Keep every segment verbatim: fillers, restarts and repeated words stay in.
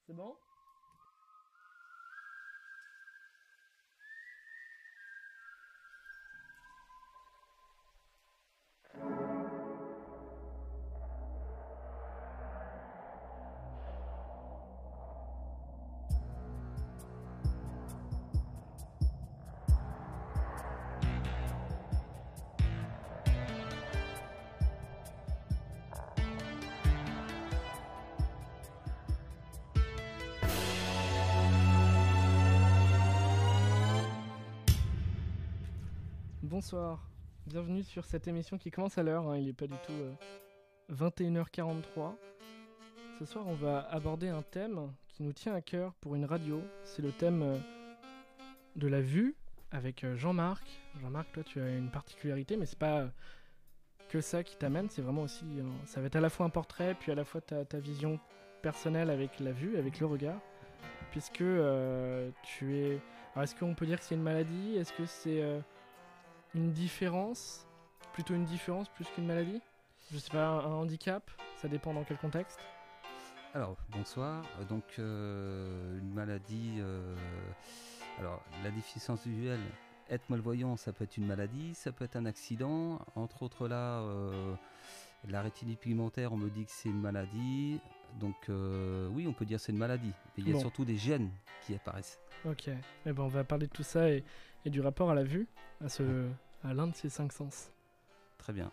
C'est bon? Bonsoir, bienvenue sur cette émission qui commence à l'heure, hein, il n'est pas du tout euh, vingt et une heures quarante-trois. Ce soir on va aborder un thème qui nous tient à cœur pour une radio, c'est le thème euh, de la vue avec euh, Jean-Marc. Jean-Marc, toi tu as une particularité, mais c'est pas euh, que ça qui t'amène, c'est vraiment aussi, euh, ça va être à la fois un portrait, puis à la fois ta, ta vision personnelle avec la vue, avec le regard, puisque euh, tu es... Alors est-ce qu'on peut dire que c'est une maladie? Est-ce que c'est... euh, Une différence, plutôt une différence plus qu'une maladie? Je sais pas, un, un handicap, ça dépend dans quel contexte. Alors, bonsoir. Euh, Donc, euh, une maladie. euh, alors, la déficience visuelle, être malvoyant, ça peut être une maladie, ça peut être un accident. Entre autres, là, euh, la rétinite pigmentaire, on me dit que c'est une maladie. Donc, euh, oui, on peut dire que c'est une maladie. Mais il y a Bon, surtout des gènes qui apparaissent. ok. Eh ben, on va parler de tout ça et, et du rapport à la vue, à, ce, à l'un de ces cinq sens. Très bien.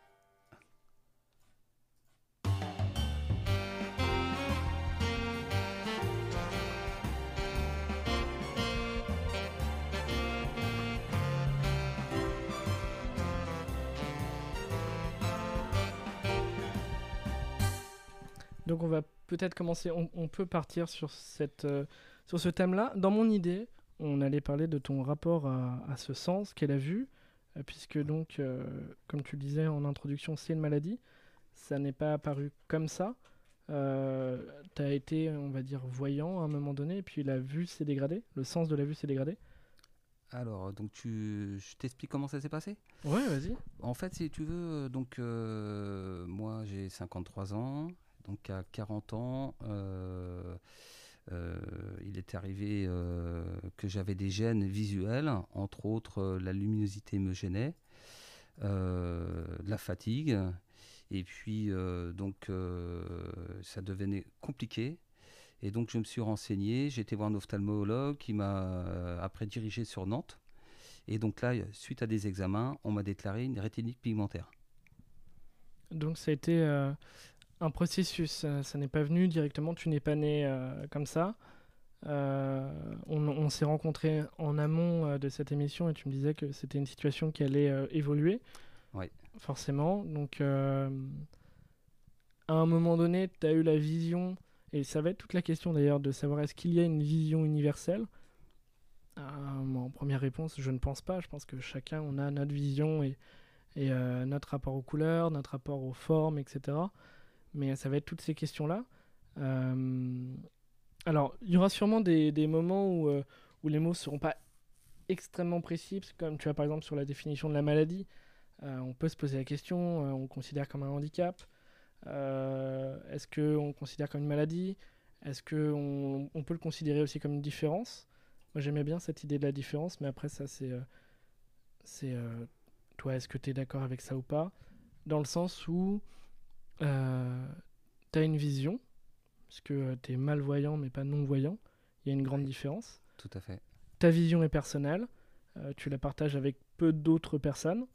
Donc on va peut-être commencer, on, on peut partir sur, cette, euh, sur ce thème-là. Dans mon idée, on allait parler de ton rapport à, à ce sens qu'est la vue, euh, puisque donc, euh, comme tu le disais en introduction, c'est une maladie. Ça n'est pas apparu comme ça. Euh, tu as été, on va dire, voyant à un moment donné, et puis la vue s'est dégradée, le sens de la vue s'est dégradé. Alors, donc, tu, je t'explique comment ça s'est passé. Ouais, vas-y. En fait, si tu veux, donc, euh, moi, j'ai cinquante-trois ans. Donc, à quarante ans, euh, euh, il est arrivé euh, que j'avais des gènes visuels, entre autres, euh, la luminosité me gênait, euh, la fatigue, et puis, euh, donc, euh, ça devenait compliqué. Et donc, je me suis renseigné, j'ai été voir un ophtalmologue qui m'a euh, après dirigé sur Nantes. Et donc là, suite à des examens, on m'a déclaré une rétinite pigmentaire. Donc ça a été euh, un processus, ça, ça n'est pas venu directement, tu n'es pas né euh, comme ça. Euh, on on s'est rencontrés en amont euh, de cette émission et tu me disais que c'était une situation qui allait euh, évoluer, Oui. forcément. Donc euh, à un moment donné, tu as eu la vision, et ça va être toute la question d'ailleurs de savoir est-ce qu'il y a une vision universelle. Euh, en première réponse, je ne pense pas. Je pense que chacun, on a notre vision et, et euh, notre rapport aux couleurs, notre rapport aux formes, et cetera. Mais ça va être toutes ces questions-là. Euh, alors, il y aura sûrement des, des moments où, euh, où les mots ne seront pas extrêmement précis, parce que comme tu as par exemple sur la définition de la maladie, euh, on peut se poser la question, euh, on considère comme un handicap, euh, est-ce qu'on considère comme une maladie, est-ce qu'on on peut le considérer aussi comme une différence? Moi j'aimais bien cette idée de la différence, mais après ça c'est... euh, c'est euh, toi, est-ce que tu es d'accord avec ça ou pas? Dans le sens où euh, tu as une vision, parce que tu es malvoyant mais pas non-voyant, il y a une grande Oui, différence. tout à fait. Ta vision est personnelle, euh, tu la partages avec peu d'autres personnes,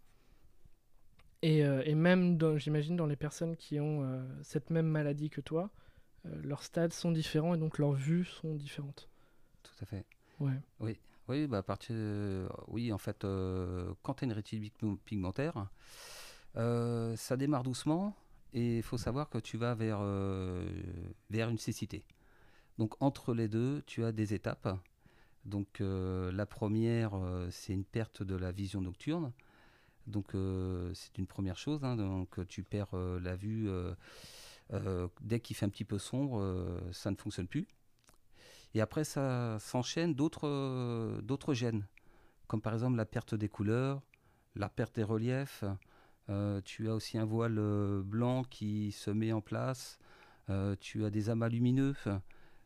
et, euh, et même, dans- j'imagine, dans les personnes qui ont euh, cette même maladie que toi, euh, leurs stades sont différents et donc leurs vues sont différentes. Tout à fait. Ouais. Oui. Oui, bah à partir de- oui, en fait, euh, quand tu as une rétinite pigm- pigmentaire, euh, ça démarre doucement et il faut savoir que tu vas vers, euh, vers une cécité. Donc, entre les deux, tu as des étapes. Donc, euh, la première, euh, c'est une perte de la vision nocturne. Donc, euh, c'est une première chose, hein. Donc, tu perds euh, la vue. euh, Euh, dès qu'il fait un petit peu sombre, euh, ça ne fonctionne plus. Et après, ça s'enchaîne d'autres euh, d'autres gènes, comme par exemple la perte des couleurs, la perte des reliefs. Euh, tu as aussi un voile euh, blanc qui se met en place. Euh, tu as des amas lumineux.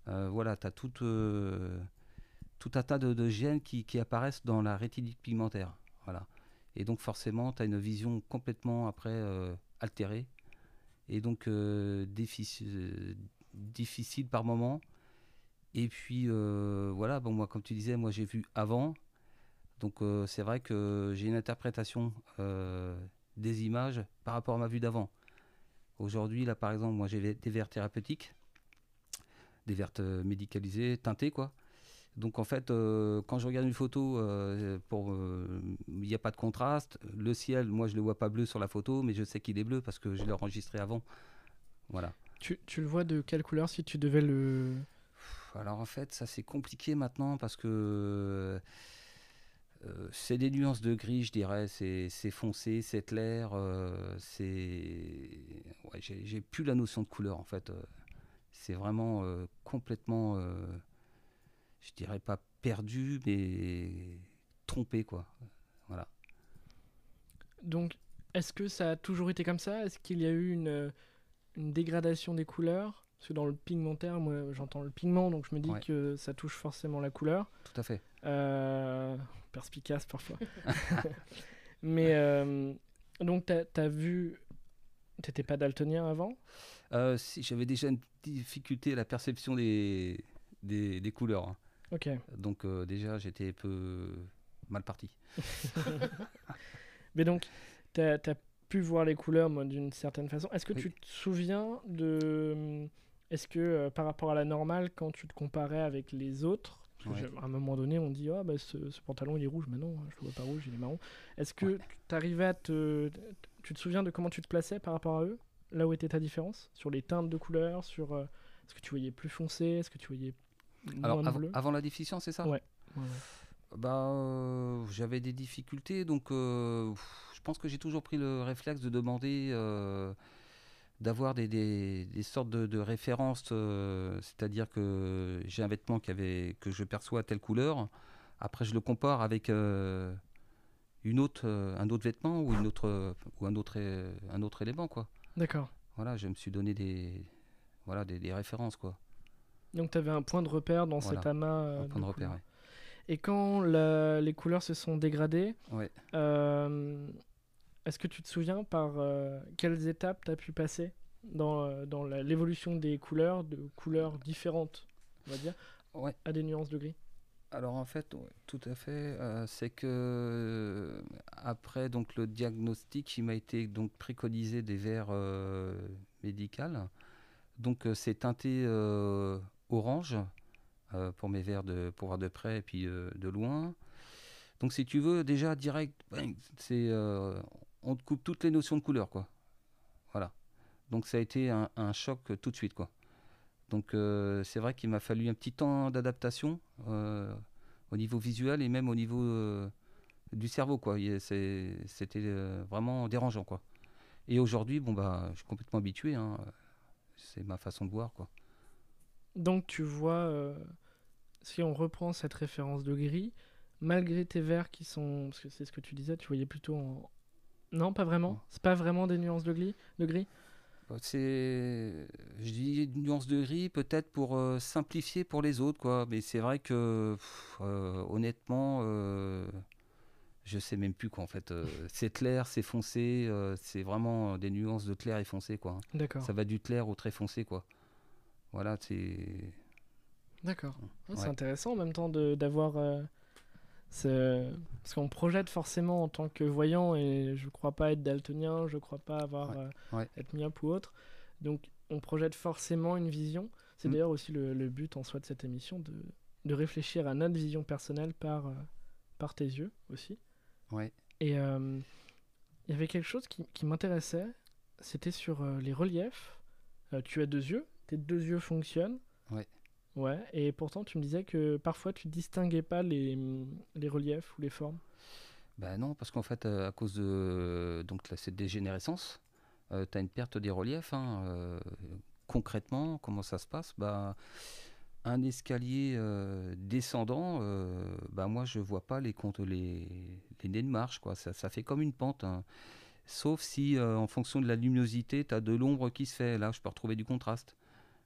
Euh, voilà, tu as tout, euh, tout un tas de, de gènes qui, qui apparaissent dans la rétinique pigmentaire. Voilà. Et donc forcément, tu as une vision complètement après euh, altérée et donc euh, difficile, euh, difficile par moment. Et puis euh, voilà, bon, moi comme tu disais, moi j'ai vu avant. Donc euh, c'est vrai que j'ai une interprétation euh, des images par rapport à ma vue d'avant. Aujourd'hui, là par exemple, moi j'ai des verres thérapeutiques, des verres euh, médicalisés, teintés quoi. Donc en fait, euh, quand je regarde une photo, euh, pour, euh, il n'y a pas de contraste. Le ciel, moi je le vois pas bleu sur la photo, mais je sais qu'il est bleu parce que je l'ai enregistré avant. Voilà. Tu, tu le vois de quelle couleur si tu devais le... Alors en fait, ça c'est compliqué maintenant parce que euh, c'est des nuances de gris, je dirais. C'est, c'est foncé, c'est clair. Euh, c'est, ouais, j'ai, j'ai plus la notion de couleur en fait. Euh, c'est vraiment euh, complètement, euh, je dirais pas perdu, mais trompé quoi. Voilà. Donc, est-ce que ça a toujours été comme ça? Est-ce qu'il y a eu une, euh, une dégradation des couleurs? Parce que dans le pigmentaire, moi j'entends le pigment, donc je me dis Ouais, que ça touche forcément la couleur. tout à fait. Euh, perspicace parfois. Mais euh, donc, t'as, t'as vu. T'étais pas daltonien avant? Euh, si j'avais déjà une difficulté à la perception des, des, des couleurs, hein. Ok. Donc euh, déjà j'étais un peu mal parti. Mais donc, t'as, t'as pu voir les couleurs moi, d'une certaine façon. Est-ce que Oui, tu te souviens de... Est-ce que euh, par rapport à la normale, quand tu te comparais avec les autres, parce que ouais, j'ai- à un moment donné, on dit, ah bah ce, ce pantalon il est rouge, mais non, je le vois pas rouge, il est marron. Est-ce ouais. que tu arrivais à te... Tu te souviens de comment tu te plaçais par rapport à eux? Là où était ta différence? Sur les teintes de couleurs, sur... euh, est-ce que tu voyais plus foncé? Est-ce que tu voyais Alors moins de avant, bleu? avant la déficience, c'est ça? Ouais. Ouais, ouais. Bah euh, j'avais des difficultés, donc euh, pff, je pense que j'ai toujours pris le réflexe de demander, euh, d'avoir des, des- des sortes de, de références, euh, c'est-à-dire que j'ai un vêtement qui avait, que je perçois telle couleur, après je le compare avec euh, une autre, euh, un autre vêtement ou, une autre, euh, ou un, autre, euh, un autre élément, quoi. D'accord. Voilà, je me suis donné des, voilà, des, des références, quoi. Donc tu avais un point de repère dans cet Voilà, amas un euh, point de de repère, couleurs. ouais. Et quand la- les couleurs se sont dégradées, Ouais. euh, est-ce que tu te souviens par euh, quelles étapes tu as pu passer dans, euh, dans la- l'évolution des couleurs, de couleurs différentes, on va dire, Ouais. à des nuances de gris? Alors en fait, ouais, tout à fait, euh, c'est que euh, après donc le diagnostic, il m'a été donc préconisé des verres euh, médicales. Donc euh, c'est teinté euh, orange euh, pour mes verres de pour voir de près et puis euh, de loin. Donc si tu veux déjà direct, bang, c'est euh, on te coupe toutes les notions de couleur quoi. Voilà. Donc ça a été un, un choc euh, tout de suite quoi. Donc euh, c'est vrai qu'il m'a fallu un petit temps d'adaptation euh, au niveau visuel et même au niveau euh, du cerveau quoi. Il y a- c'est- C'était euh, vraiment dérangeant quoi. Et aujourd'hui, bon bah, je suis complètement habitué, hein. C'est ma façon de voir quoi. Donc tu vois, euh, si on reprend cette référence de gris, malgré tes verres qui sont, parce que c'est ce que tu disais, tu voyais plutôt en... Non, pas vraiment. Bon. C'est pas vraiment des nuances de gris, de gris. Bah, c'est, je dis une nuance de gris peut-être pour euh, simplifier pour les autres quoi. Mais c'est vrai que pff, euh, honnêtement, euh, je sais même plus quoi en fait. Euh, c'est clair, c'est foncé, euh, c'est vraiment des nuances de clair et foncé quoi, hein. D'accord. Ça va du clair au très foncé quoi. Voilà, c'est. D'accord. Ah, c'est Ouais, intéressant en même temps de- d'avoir euh, ce... Parce qu'on projette forcément en tant que voyant, et je crois pas être daltonien, je crois pas avoir ouais, euh, ouais. être myope ou autre. Donc on projette forcément une vision. C'est Mm, d'ailleurs aussi le, le but en soi de cette émission, de, de réfléchir à notre vision personnelle par, euh, par tes yeux aussi. ouais, Et euh, il y avait quelque chose qui, qui m'intéressait, c'était sur euh, les reliefs. Euh, tu as deux yeux, tes deux yeux fonctionnent. ouais. Ouais, et pourtant tu me disais que parfois tu distinguais pas les, les reliefs ou les formes. Ben non, parce qu'en fait, euh, à cause de donc là, cette dégénérescence, tu as une perte des reliefs, hein, euh, concrètement, comment ça se passe? Bah, un escalier euh, descendant, euh, bah, moi je vois pas les comptes, les, les nez de marche, quoi. Ça, ça fait comme une pente, hein. Sauf si, euh, en fonction de la luminosité, tu as de l'ombre qui se fait. Là, je peux retrouver du contraste.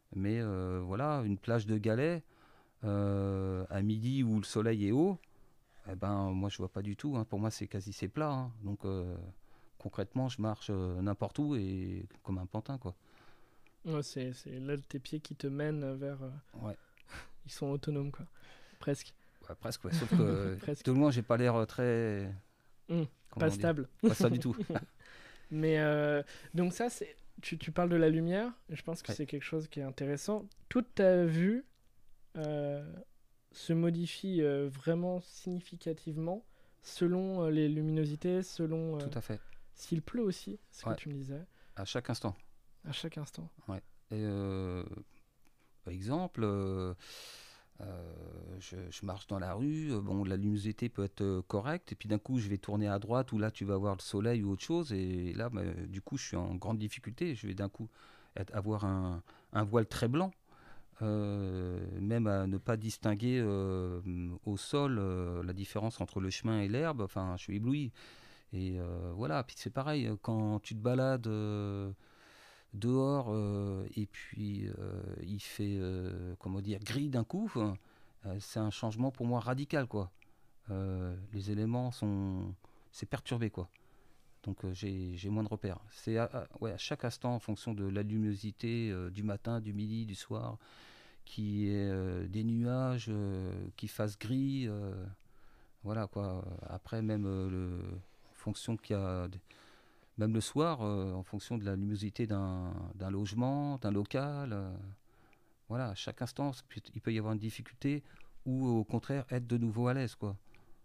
Mais euh, voilà, une plage de galets euh, à midi où le soleil est haut, eh ben, moi je vois pas du tout, hein. Pour moi c'est quasi c'est plat, hein. Donc euh, concrètement je marche euh, n'importe où et comme un pantin quoi. Ouais, c'est, c'est là tes pieds qui te mènent vers. euh, Ouais, Ils sont autonomes, quoi. Presque. ouais, presque, ouais. Sauf que euh, de Presque. loin j'ai pas l'air euh, très, Hmm, pas comment dire, stable. pas ça du tout. Mais euh, donc, ça, c'est. Tu, tu parles de la lumière, et je pense que Ouais. c'est quelque chose qui est intéressant. Toute ta vue euh, se modifie euh, vraiment significativement selon euh, les luminosités, selon euh, Tout à fait. s'il pleut aussi, ce que Ouais, tu me disais, à chaque instant. à chaque instant. Ouais. Et euh, par exemple, euh, euh, je, je marche dans la rue, euh, bon, la luminosité peut être euh, correcte, et puis d'un coup, je vais tourner à droite, où là, tu vas voir le soleil ou autre chose, et là, bah, du coup, je suis en grande difficulté. Je vais d'un coup être- avoir un, un voile très blanc, euh, même à ne pas distinguer euh, au sol euh, la différence entre le chemin et l'herbe. Enfin, je suis ébloui. Et euh, voilà, puis c'est pareil, euh, quand tu te balades euh, dehors euh, et puis euh, il fait, euh, comment dire, gris d'un coup, enfin, euh, c'est un changement pour moi radical, quoi. Euh, les éléments sont... C'est perturbé, quoi. Donc euh, j'ai j'ai moins de repères. C'est à, à- ouais, à chaque instant, en fonction de la luminosité euh, du matin, du midi, du soir, qui est euh, des nuages, euh, qui fassent gris. Euh, voilà, quoi. Après, même euh, le, en fonction qu'il y a même le soir, euh, en fonction de la luminosité d'un d'un logement, d'un local. Euh, voilà, à chaque instant, il peut y avoir une difficulté ou au contraire être de nouveau à l'aise, quoi.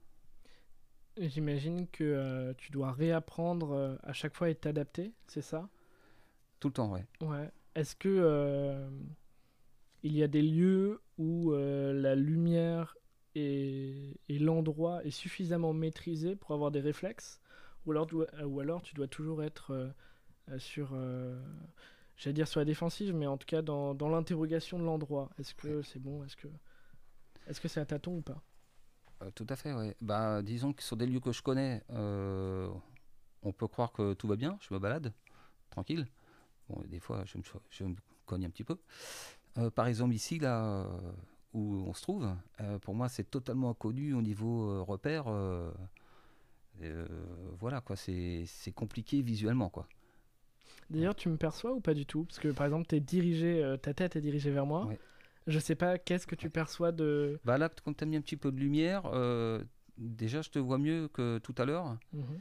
J'imagine que euh, tu dois réapprendre euh, à chaque fois et t'adapter, c'est ça? Tout le temps, ouais. Ouais. Est-ce que euh, il y a des lieux où euh, la lumière et, et l'endroit est suffisamment maîtrisé pour avoir des réflexes? Ou alors, tu dois- ou alors tu dois toujours être euh, euh, sur, euh, j'allais dire sur la défensive, mais en tout cas dans, dans l'interrogation de l'endroit. Est-ce Ouais. que c'est bon? Est-ce que est-ce que c'est à tâtons ou pas? Euh, tout à fait, ouais. Bah, disons que sur des lieux que je connais, euh, on peut croire que tout va bien, je me balade, tranquille. Bon, des fois, je me, je me cogne un petit peu. Euh, par exemple, ici, là, euh, où on se trouve, euh, pour moi, c'est totalement inconnu au niveau euh, repère. Euh, euh, voilà, quoi, c'est c'est compliqué visuellement, quoi. D'ailleurs, tu me perçois ou pas du tout? Parce que par exemple, t'es dirigé, euh, ta tête est dirigée vers moi. Ouais, Je sais pas qu'est-ce que tu ouais. perçois de. Bah là, quand tu as mis un petit peu de lumière, euh, déjà, je te vois mieux que tout à l'heure. Mhm.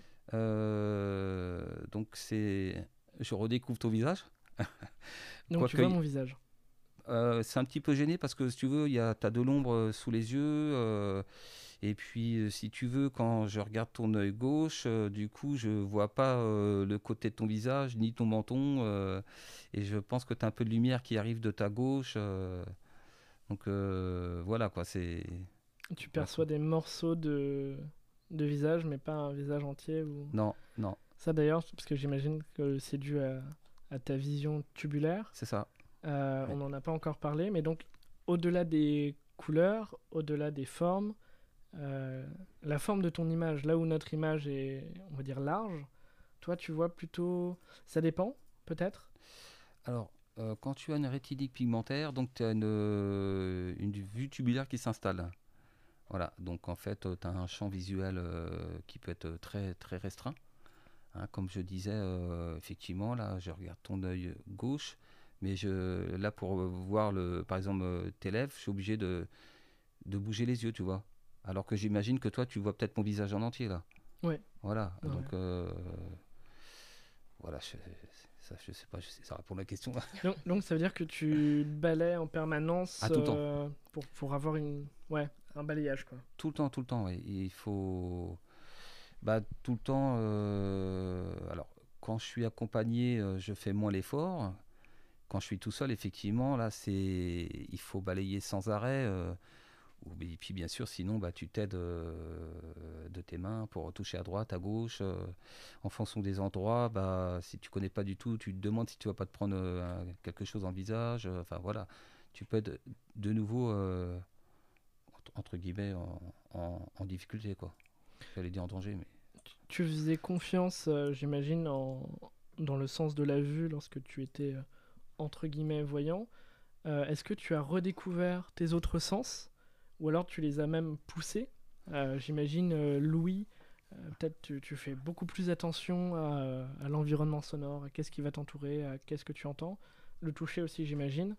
Euh, donc, c'est... Je redécouvre ton visage. Donc tu Quoique, vois mon visage. euh, c'est un petit peu gêné parce que, si tu veux, il y a, t'as de l'ombre euh, sous les yeux. Euh, et puis, euh, si tu veux, quand je regarde ton œil gauche, euh, du coup, je vois pas euh, le côté de ton visage, ni ton menton. Euh, et je pense que tu as un peu de lumière qui arrive de ta gauche. Euh, donc, euh, voilà, quoi, c'est... Tu Ouais, perçois des morceaux de de visage, mais pas un visage entier ou. non, non, Ça d'ailleurs, parce que j'imagine que c'est dû à, à ta vision tubulaire. c'est ça. Euh, on Ouais. n'en a pas encore parlé, mais donc au-delà des couleurs, au-delà des formes, euh, la forme de ton image, là où notre image est, on va dire, large, toi tu vois plutôt. Ça dépend, peut-être. Alors, euh, quand tu as une rétinique pigmentaire, donc tu as une, euh, une vue tubulaire qui s'installe. Voilà, donc en fait, tu as un champ visuel euh, qui peut être très, très restreint. Hein, comme je disais, euh, effectivement, là, je regarde ton œil gauche, mais je, là, pour euh, voir, le, par exemple, euh, tes lèvres, je suis obligé de, de bouger les yeux, tu vois. Alors que j'imagine que toi, tu vois peut-être mon visage en entier, là. Ouais, Voilà, ouais. donc, euh, voilà, je, ça, je sais pas, je sais- ça répond à la question. Donc, donc ça veut dire que tu balais en permanence Ah, tout le temps. euh, pour, pour avoir une. Ouais, un balayage quoi. Tout le temps, tout le temps, oui. Il faut. Bah, tout le temps. Euh, Alors, quand je suis accompagné, euh, je fais moins l'effort. Quand je suis tout seul, effectivement, là, c'est. Il faut balayer sans arrêt. euh, ou- Et puis, bien sûr, sinon, bah, tu t'aides euh, de tes mains pour toucher à droite, à gauche. Euh, en fonction des endroits, bah, si tu connais pas du tout, tu te demandes si tu vas pas te prendre euh, un- quelque chose en visage. euh, Enfin, voilà. Tu peux être de nouveau, euh, entre entre guillemets, en, en- en difficulté, quoi. J'allais dire en danger, mais Tu faisais confiance, euh, j'imagine, en... dans le sens de la vue lorsque tu étais euh, entre guillemets voyant. euh, est-ce que tu as redécouvert tes autres sens ou alors tu les as même poussés? Euh, J'imagine, euh, Louis, euh, peut-être tu, tu fais beaucoup plus attention à, à l'environnement sonore, à qu'est-ce qui va t'entourer, à qu'est-ce que tu entends. Le toucher aussi, j'imagine.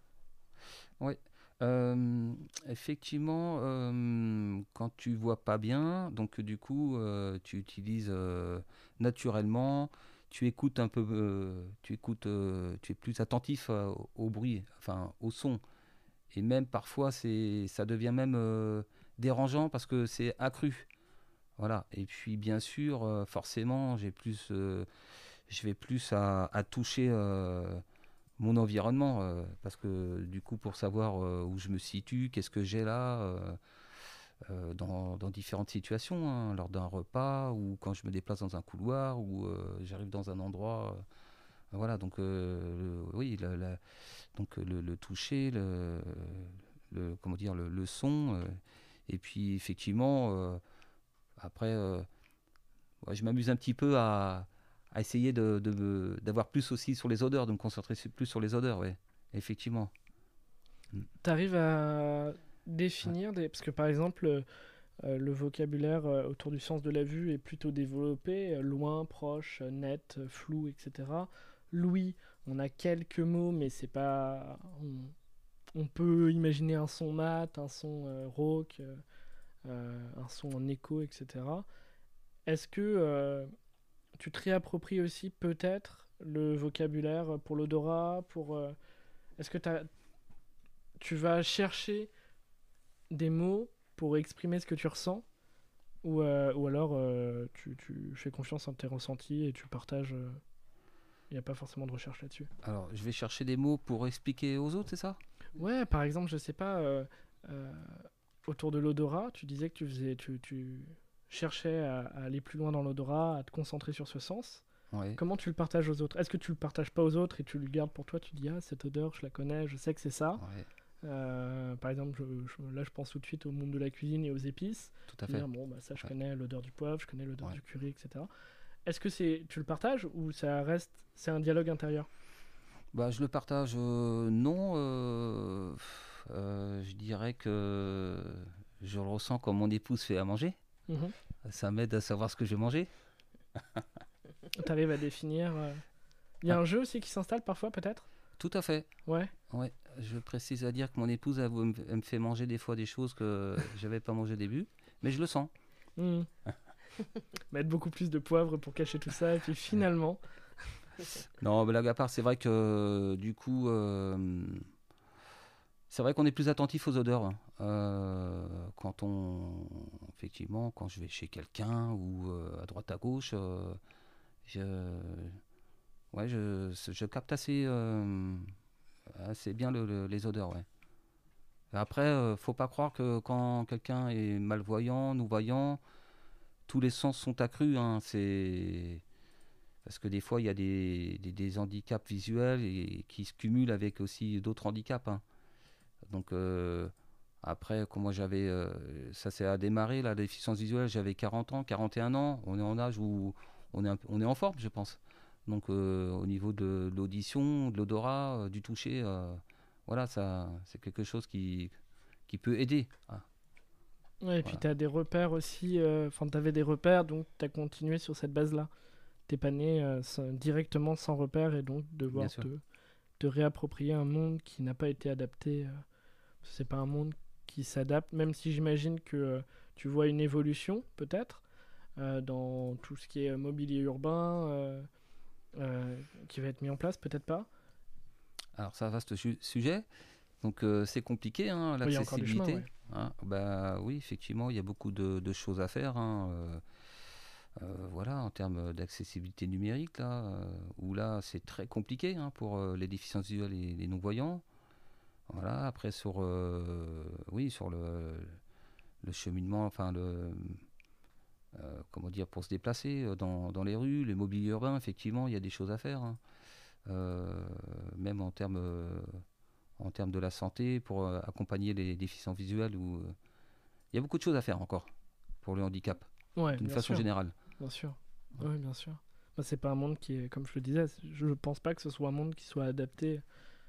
Oui. Euh, Effectivement, euh, quand tu vois pas bien, donc du coup, euh, tu utilises euh, naturellement, tu écoutes un peu, euh, tu écoutes, euh, tu es plus attentif euh, au au bruit, enfin au son. Et même parfois, c'est, ça devient même euh, dérangeant parce que c'est accru. Voilà. Et puis, bien sûr, euh, forcément, j'ai plus, euh, je vais plus à, à toucher euh, mon environnement euh, parce que du coup, pour savoir euh, où je me situe, qu'est-ce que j'ai là, euh, euh, dans, dans différentes situations, hein, lors d'un repas ou quand je me déplace dans un couloir ou euh, j'arrive dans un endroit. Euh, voilà. Donc, euh, le- oui, la- la- donc le, le toucher, le, le- comment dire, le, le son. Euh, et puis, effectivement, euh, après. Euh, ouais, je m'amuse un petit peu à, à essayer de, de me- d'avoir plus aussi sur les odeurs, de me concentrer su- plus sur les odeurs, ouais. Effectivement. Mm. Tu arrives à Ouais. définir des... Parce que par exemple, euh, le vocabulaire euh, autour du sens de la vue est plutôt développé, euh, loin, proche, euh, net, euh, flou, et cetera. L'ouïe, on a quelques mots, mais c'est pas... On, on peut imaginer un son mat, un son euh, rauque, euh, euh, un son en écho, et cetera. Est-ce que euh, tu te réappropries aussi peut-être le vocabulaire pour l'odorat, pour... euh, Est-ce que t'as- tu vas chercher des mots pour exprimer ce que tu ressens ou, euh, ou alors euh, tu, tu fais confiance en tes ressentis et tu partages. Il n'y a pas forcément de recherche là-dessus. Alors, je vais chercher des mots pour expliquer aux autres, c'est ça? Ouais, par exemple, je sais pas, euh, euh, autour de l'odorat, tu disais que tu faisais, tu, tu cherchais à, à aller plus loin dans l'odorat, à te concentrer sur ce sens. Ouais, Comment tu le partages aux autres? Est-ce que tu le partages pas aux autres et tu le gardes pour toi? Tu dis, ah, cette odeur, je la connais, je sais que c'est ça. ouais, Euh, par exemple, je- je- là, je pense tout de suite au monde de la cuisine et aux épices. tout à fait. Dire, bon, bah, ça, je Ouais, connais l'odeur du poivre, je connais l'odeur ouais. du curry, et cetera. Est-ce que c'est, tu le partages ou ça reste, c'est un dialogue intérieur? Bah, je le partage, euh, non. Euh, euh, je dirais que je le ressens quand mon épouse fait à manger. Mhm. Ça m'aide à savoir ce que je vais manger. Tu arrives à définir. euh, Il y a Ouais, un jeu aussi qui s'installe parfois, peut-être? tout à fait. Ouais. Ouais, je précise à dire que mon épouse elle, me elle me fait manger des fois des choses que j'avais pas mangé au début, mais je le sens. Mhm. Mettre beaucoup plus de poivre pour cacher tout ça, et puis finalement. Non, blague à part, c'est vrai que du coup, euh, c'est vrai qu'on est plus attentif aux odeurs, hein. Euh, quand on, effectivement, quand je vais chez quelqu'un ou euh, à droite à gauche, euh, je, ouais, je, je capte assez, euh, assez bien le- le- les odeurs, ouais. Après, euh, faut pas croire que quand quelqu'un est malvoyant, non-voyant, tous les sens sont accrus, hein. C'est parce que des fois, il y a des, des- des handicaps visuels et, qui se cumulent avec aussi d'autres handicaps, hein. Donc euh, après, quand moi j'avais, euh, ça s'est à démarrer la déficience visuelle, j'avais quarante ans, quarante et un ans. On est en âge où on est, un peu- on est en forme, je pense. Donc euh, au niveau de l'audition, de l'odorat, euh, du toucher, euh, voilà, ça, c'est quelque chose qui, qui peut aider, hein. Ouais, et puis Voilà, tu as des repères aussi. euh, Enfin, tu avais des repères, donc tu as continué sur cette base-là. T'es pas né euh, sans- directement sans repères et donc bien devoir sûr. te, te réapproprier un monde qui n'a pas été adapté. euh, c'est pas un monde qui s'adapte, même si j'imagine que euh, tu vois une évolution, peut-être, euh, dans tout ce qui est euh, mobilier urbain, euh, euh, qui va être mis en place, peut-être pas. Alors c'est un vaste su- sujet. Donc euh, c'est compliqué, hein, Oui, il y a encore du chemin, ouais. l'accessibilité, hein. Bah oui, effectivement, il y a beaucoup de, de choses à faire, hein, euh, euh, voilà, en termes d'accessibilité numérique, là, euh, où là c'est très compliqué, hein, pour euh, les déficients visuels et les non-voyants. Voilà, après sur, euh, oui, sur le, le cheminement, enfin le, euh, comment dire, pour se déplacer euh, dans, dans les rues, les mobiliers urbains, effectivement, il y a des choses à faire, hein. Euh, même en termes euh, en termes de la santé, pour euh, accompagner les déficients visuels. Ou, euh, il y a beaucoup de choses à faire encore pour le handicap, Ouais, d'une bien façon sûr, générale. bien sûr. Ouais. Oui, bien sûr. Bah, c'est pas un monde qui est, comme je le disais, je ne pense pas que ce soit un monde qui soit adapté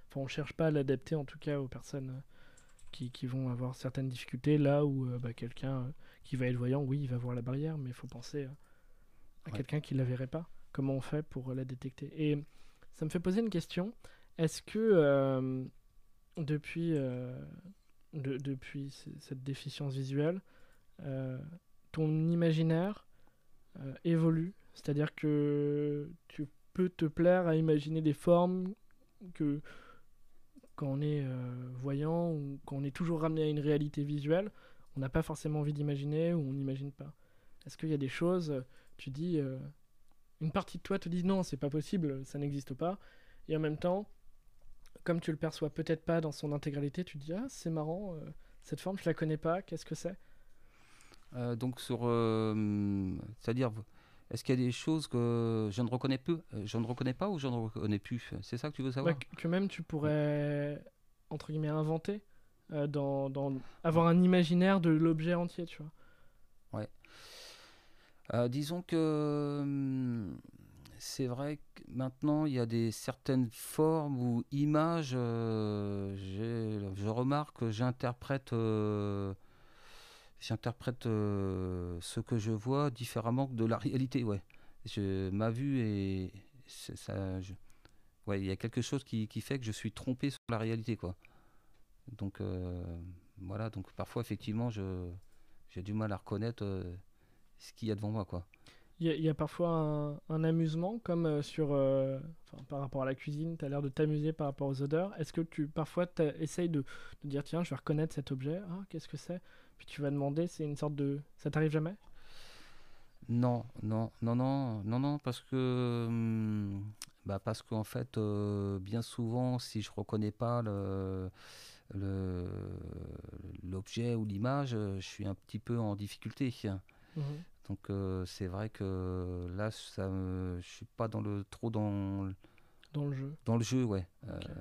enfin, on cherche pas à l'adapter en tout cas aux personnes euh, qui, qui vont avoir certaines difficultés là où euh, bah, quelqu'un euh, qui va être voyant, oui, il va voir la barrière, mais il faut penser euh, à Ouais. quelqu'un qui ne la verrait pas. Comment on fait pour euh, la détecter? Et ça me fait poser une question. Est-ce que euh, depuis, euh, de- depuis c- cette déficience visuelle, euh, ton imaginaire euh, évolue? C'est-à-dire que tu peux te plaire à imaginer des formes que quand on est euh, voyant ou quand on est toujours ramené à une réalité visuelle, on n'a pas forcément envie d'imaginer ou on n'imagine pas. Est-ce qu'il y a des choses, euh, tu dis, euh, une partie de toi te dit non, c'est pas possible, ça n'existe pas, et en même temps, comme tu le perçois peut-être pas dans son intégralité, tu te dis ah c'est marrant, euh, cette forme je la connais pas, qu'est-ce que c'est? Euh, donc sur, euh, c'est-à-dire, est-ce qu'il y a des choses que je ne reconnais peu, euh, je ne reconnais pas ou je ne reconnais plus? C'est ça que tu veux Bah, savoir? que, que même tu Ouais. pourrais entre guillemets inventer, euh, dans, dans Ouais. avoir un imaginaire de l'objet entier, tu vois. Ouais. Euh, disons que hum, c'est vrai que maintenant il y a des certaines formes ou images, euh, j'ai- je remarque que j'interprète, euh, j'interprète euh, ce que je vois différemment que de la réalité. Ouais. Je, ma vue est, c'est- ça, je- ouais, il y a quelque chose qui, qui fait que je suis trompé sur la réalité, quoi. Donc euh, voilà, donc parfois effectivement je, j'ai du mal à reconnaître euh, ce qu'il y a devant moi, quoi. Il y, a- il y a parfois un, un amusement, comme euh, sur, euh, enfin, par rapport à la cuisine, tu as l'air de t'amuser par rapport aux odeurs. Est-ce que tu parfois t'as- essayes de, de dire tiens, je vais reconnaître cet objet, ah, qu'est-ce que c'est? Puis tu vas demander, c'est une sorte de. Ça t'arrive jamais? Non, non, non, non, non, non, parce que, hum, bah parce qu'en fait, euh, bien souvent, si je reconnais pas le, le- l'objet ou l'image, euh, je suis un petit peu en difficulté. Mhm. Donc euh, c'est vrai que là, ça, me- je suis pas dans le trop dans, le- Dans le jeu. dans le jeu, ouais. Euh, Ok.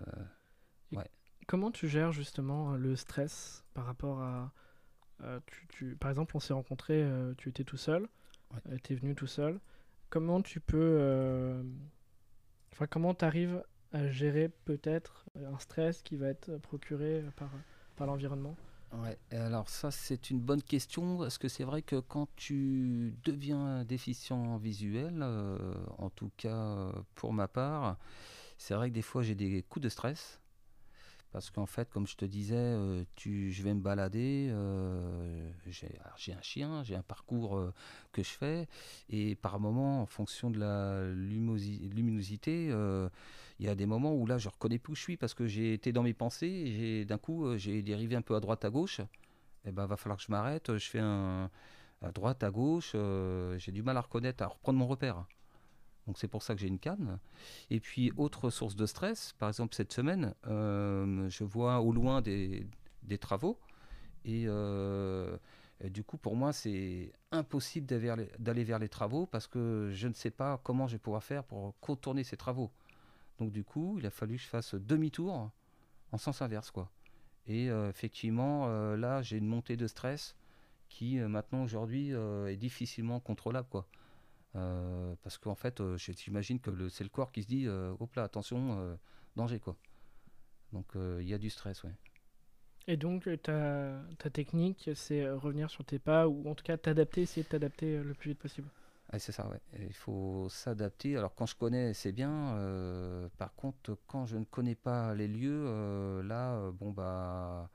Et ouais, comment tu gères justement euh, le stress par rapport à. euh, tu, tu- par exemple, on s'est rencontrés, euh, tu étais tout seul, ouais. tu es venu tout seul. Comment tu peux. euh, Enfin, comment tu arrives à gérer peut-être un stress qui va être procuré par, par l'environnement? Ouais, et alors ça c'est une bonne question parce que c'est vrai que quand tu deviens déficient visuel, euh, en tout cas euh, pour ma part, c'est vrai que des fois j'ai des coups de stress parce qu'en fait comme je te disais, euh, tu, je vais me balader, euh, j'ai, alors, j'ai un chien, j'ai un parcours euh, que je fais et par moment en fonction de la lumosi- luminosité, euh, il y a des moments où là je reconnais plus où je suis parce que j'ai été dans mes pensées et j'ai, d'un coup euh, j'ai dérivé un peu à droite à gauche. Eh ben, va falloir que je m'arrête. Je fais un à droite, à gauche. Euh, j'ai du mal à reconnaître, à reprendre mon repère. Donc c'est pour ça que j'ai une canne. Et puis autre source de stress, par exemple cette semaine, euh, je vois au loin des, des travaux et, euh, et du coup pour moi c'est impossible d'aller vers, les, d'aller vers les travaux parce que je ne sais pas comment je vais pouvoir faire pour contourner ces travaux. Donc du coup il a fallu que je fasse demi-tour en sens inverse, quoi. Et euh, effectivement euh, là j'ai une montée de stress qui euh, maintenant aujourd'hui euh, est difficilement contrôlable, quoi. Euh, parce qu'en fait euh, j'imagine que le- c'est le corps qui se dit euh, hop là attention, euh, danger, quoi. Donc euh, il y a du stress, ouais. Et donc, euh, ta, ta technique, c'est euh, revenir sur tes pas, ou en tout cas t'adapter, essayer de t'adapter euh, le plus vite possible. Ah, c'est ça, ouais. Et il faut s'adapter. Alors quand je connais, c'est bien. Euh, par contre, quand je ne connais pas les lieux, euh, là, euh, bon bah,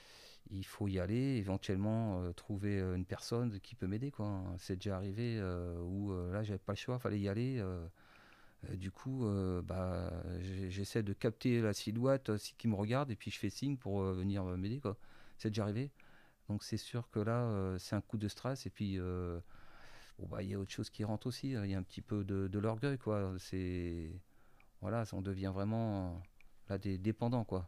il faut y aller. Éventuellement, euh, trouver euh, une personne qui peut m'aider, quoi. C'est déjà arrivé euh, où euh, là, j'avais pas le choix, fallait y aller. euh, Euh, du coup, euh, bah, j'ai- j'essaie de capter la silhouette euh, si- qui me regarde et puis je fais signe pour euh, venir euh, m'aider, quoi. C'est déjà arrivé. Donc c'est sûr que là, euh, c'est un coup de stress et puis euh, bon, bah, il y a autre chose qui rentre aussi, hein. Il y a un petit peu de, de l'orgueil, quoi. C'est voilà, on devient vraiment là des dépendants, quoi.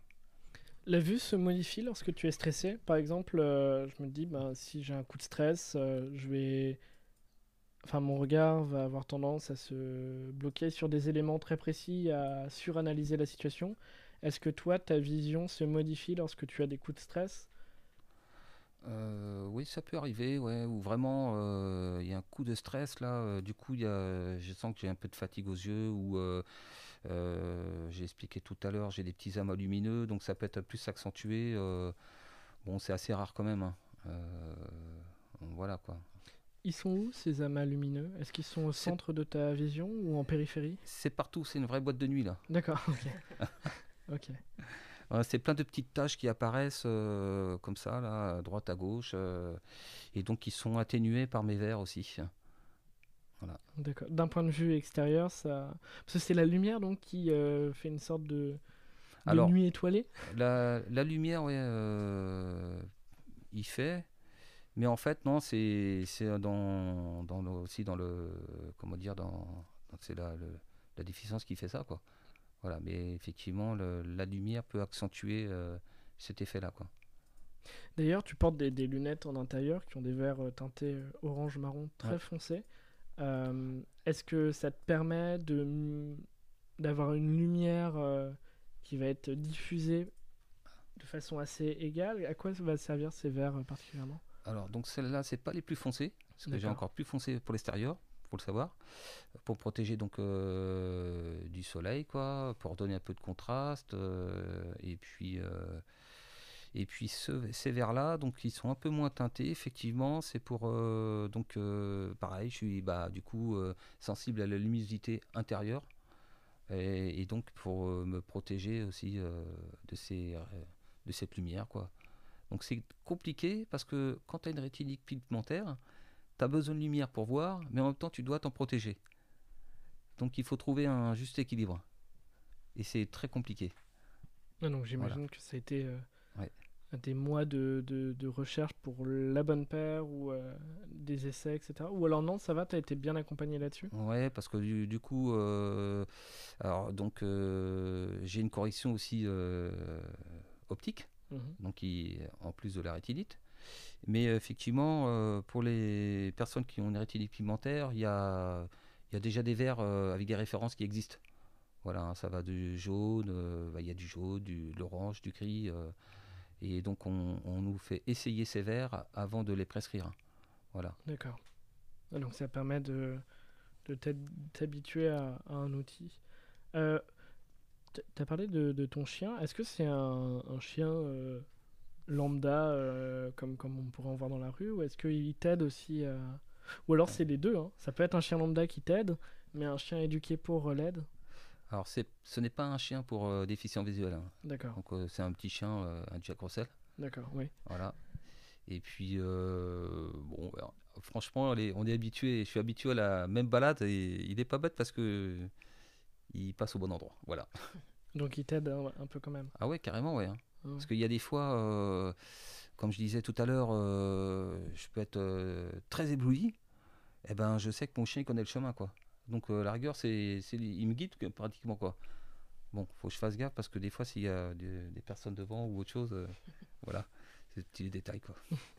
La vue se modifie lorsque tu es stressé. Par exemple, euh, je me dis, ben, si j'ai un coup de stress, euh, je vais. Enfin, mon regard va avoir tendance à se bloquer sur des éléments très précis, à suranalyser la situation. Est-ce que toi, ta vision se modifie lorsque tu as des coups de stress? Euh, oui, ça peut arriver, ouais, ou vraiment euh, il y a un coup de stress là, euh, du coup il y a, je sens que j'ai un peu de fatigue aux yeux ou euh, Euh, j'ai expliqué tout à l'heure, j'ai des petits amas lumineux, donc ça peut être plus accentué. Euh, bon, c'est assez rare quand même, hein. Euh, voilà quoi. Ils sont où ces amas lumineux? Est-ce qu'ils sont au C'est centre de ta vision ou en périphérie? c'est partout, c'est une vraie boîte de nuit là. D'accord, ok. Ok. Euh, c'est plein de petites taches qui apparaissent euh, comme ça, là, à droite, à gauche, euh, et donc qui sont atténuées par mes verres aussi. Voilà. D'accord. D'un point de vue extérieur, ça. Parce que c'est la lumière donc qui euh, fait une sorte de, de Alors, nuit étoilée. la, la lumière, ouais, euh, il fait, mais en fait, non, c'est c'est dans, dans le- aussi dans le, comment dire, dans, dans- c'est la, le- la déficience qui fait ça, quoi. Voilà, mais effectivement, le- la lumière peut accentuer euh, cet effet-là, quoi. D'ailleurs, tu portes des, des lunettes en intérieur qui ont des verres euh, teintés euh, orange-marron Ouais. très foncés. Euh, Est-ce que ça te permet de d'avoir une lumière euh, qui va être diffusée de façon assez égale? À quoi va servir ces verres euh, particulièrement? Alors, donc celles-là, c'est pas les plus foncées, parce que j'ai D'accord. encore plus foncé pour l'extérieur, faut le savoir, pour protéger donc euh, du soleil, quoi, pour donner un peu de contraste, euh, et puis euh, et puis ce- ces verres-là, donc ils sont un peu moins teintés, effectivement, c'est pour euh, donc euh, pareil, je suis bah du coup euh, sensible à la luminosité intérieure, et, et donc pour euh, me protéger aussi euh, de ces euh, de cette lumière, quoi. Donc c'est compliqué parce que quand tu as une rétinique pigmentaire, tu as besoin de lumière pour voir, mais en même temps tu dois t'en protéger. Donc il faut trouver un juste équilibre. Et c'est très compliqué. Ah, donc Voilà. j'imagine que ça a été euh, Ouais. des mois de, de, de recherche pour la bonne paire ou euh, des essais, et cetera. Ou alors non, ça va, t'as été bien accompagné là-dessus? Ouais, parce que du, du coup, euh, alors donc euh, j'ai une correction aussi euh, optique, Mhm. donc qui, en plus de la rétinite. Mais euh, effectivement, euh, pour les personnes qui ont une rétinite pigmentaire, il y a, il y a déjà des verres euh, avec des références qui existent. Voilà, hein, ça va du jaune, euh, bah, il y a du jaune, du, de l'orange, du gris. Euh, et donc on, on nous fait essayer ces verres avant de les prescrire. Voilà. D'accord. Ah, donc ça permet de, de t'hab- t'habituer à, à un outil. Euh, t- T'as parlé de, de ton chien. Est-ce que c'est un, un chien euh, lambda euh, comme, comme on pourrait en voir dans la rue ou est-ce qu'il t'aide aussi à... Ou alors c'est les deux, hein. Ça peut être un chien lambda qui t'aide, mais un chien éduqué pour euh, l'aide. Alors c'est, ce n'est pas un chien pour euh, déficient visuel, hein. D'accord, Donc euh, c'est un petit chien, euh, un Jack Russell. d'accord, oui. Voilà. Et puis euh, bon, alors, franchement, on est, on est habitué. Je suis habitué à la même balade et il est pas bête parce que il passe au bon endroit. Voilà. Donc il t'aide un, un peu quand même. Ah ouais, carrément, ouais, hein. Ah ouais. Parce qu'il y a des fois, euh, comme je disais tout à l'heure, euh, je peux être euh, très ébloui. Eh ben, je sais que mon chien il connaît le chemin, quoi. Donc, euh, la rigueur, c'est, c'est, il me guide que- pratiquement, quoi. Bon, faut que je fasse gaffe parce que des fois, s'il y a des, des personnes devant ou autre chose, euh, voilà, c'est des petits détails, quoi.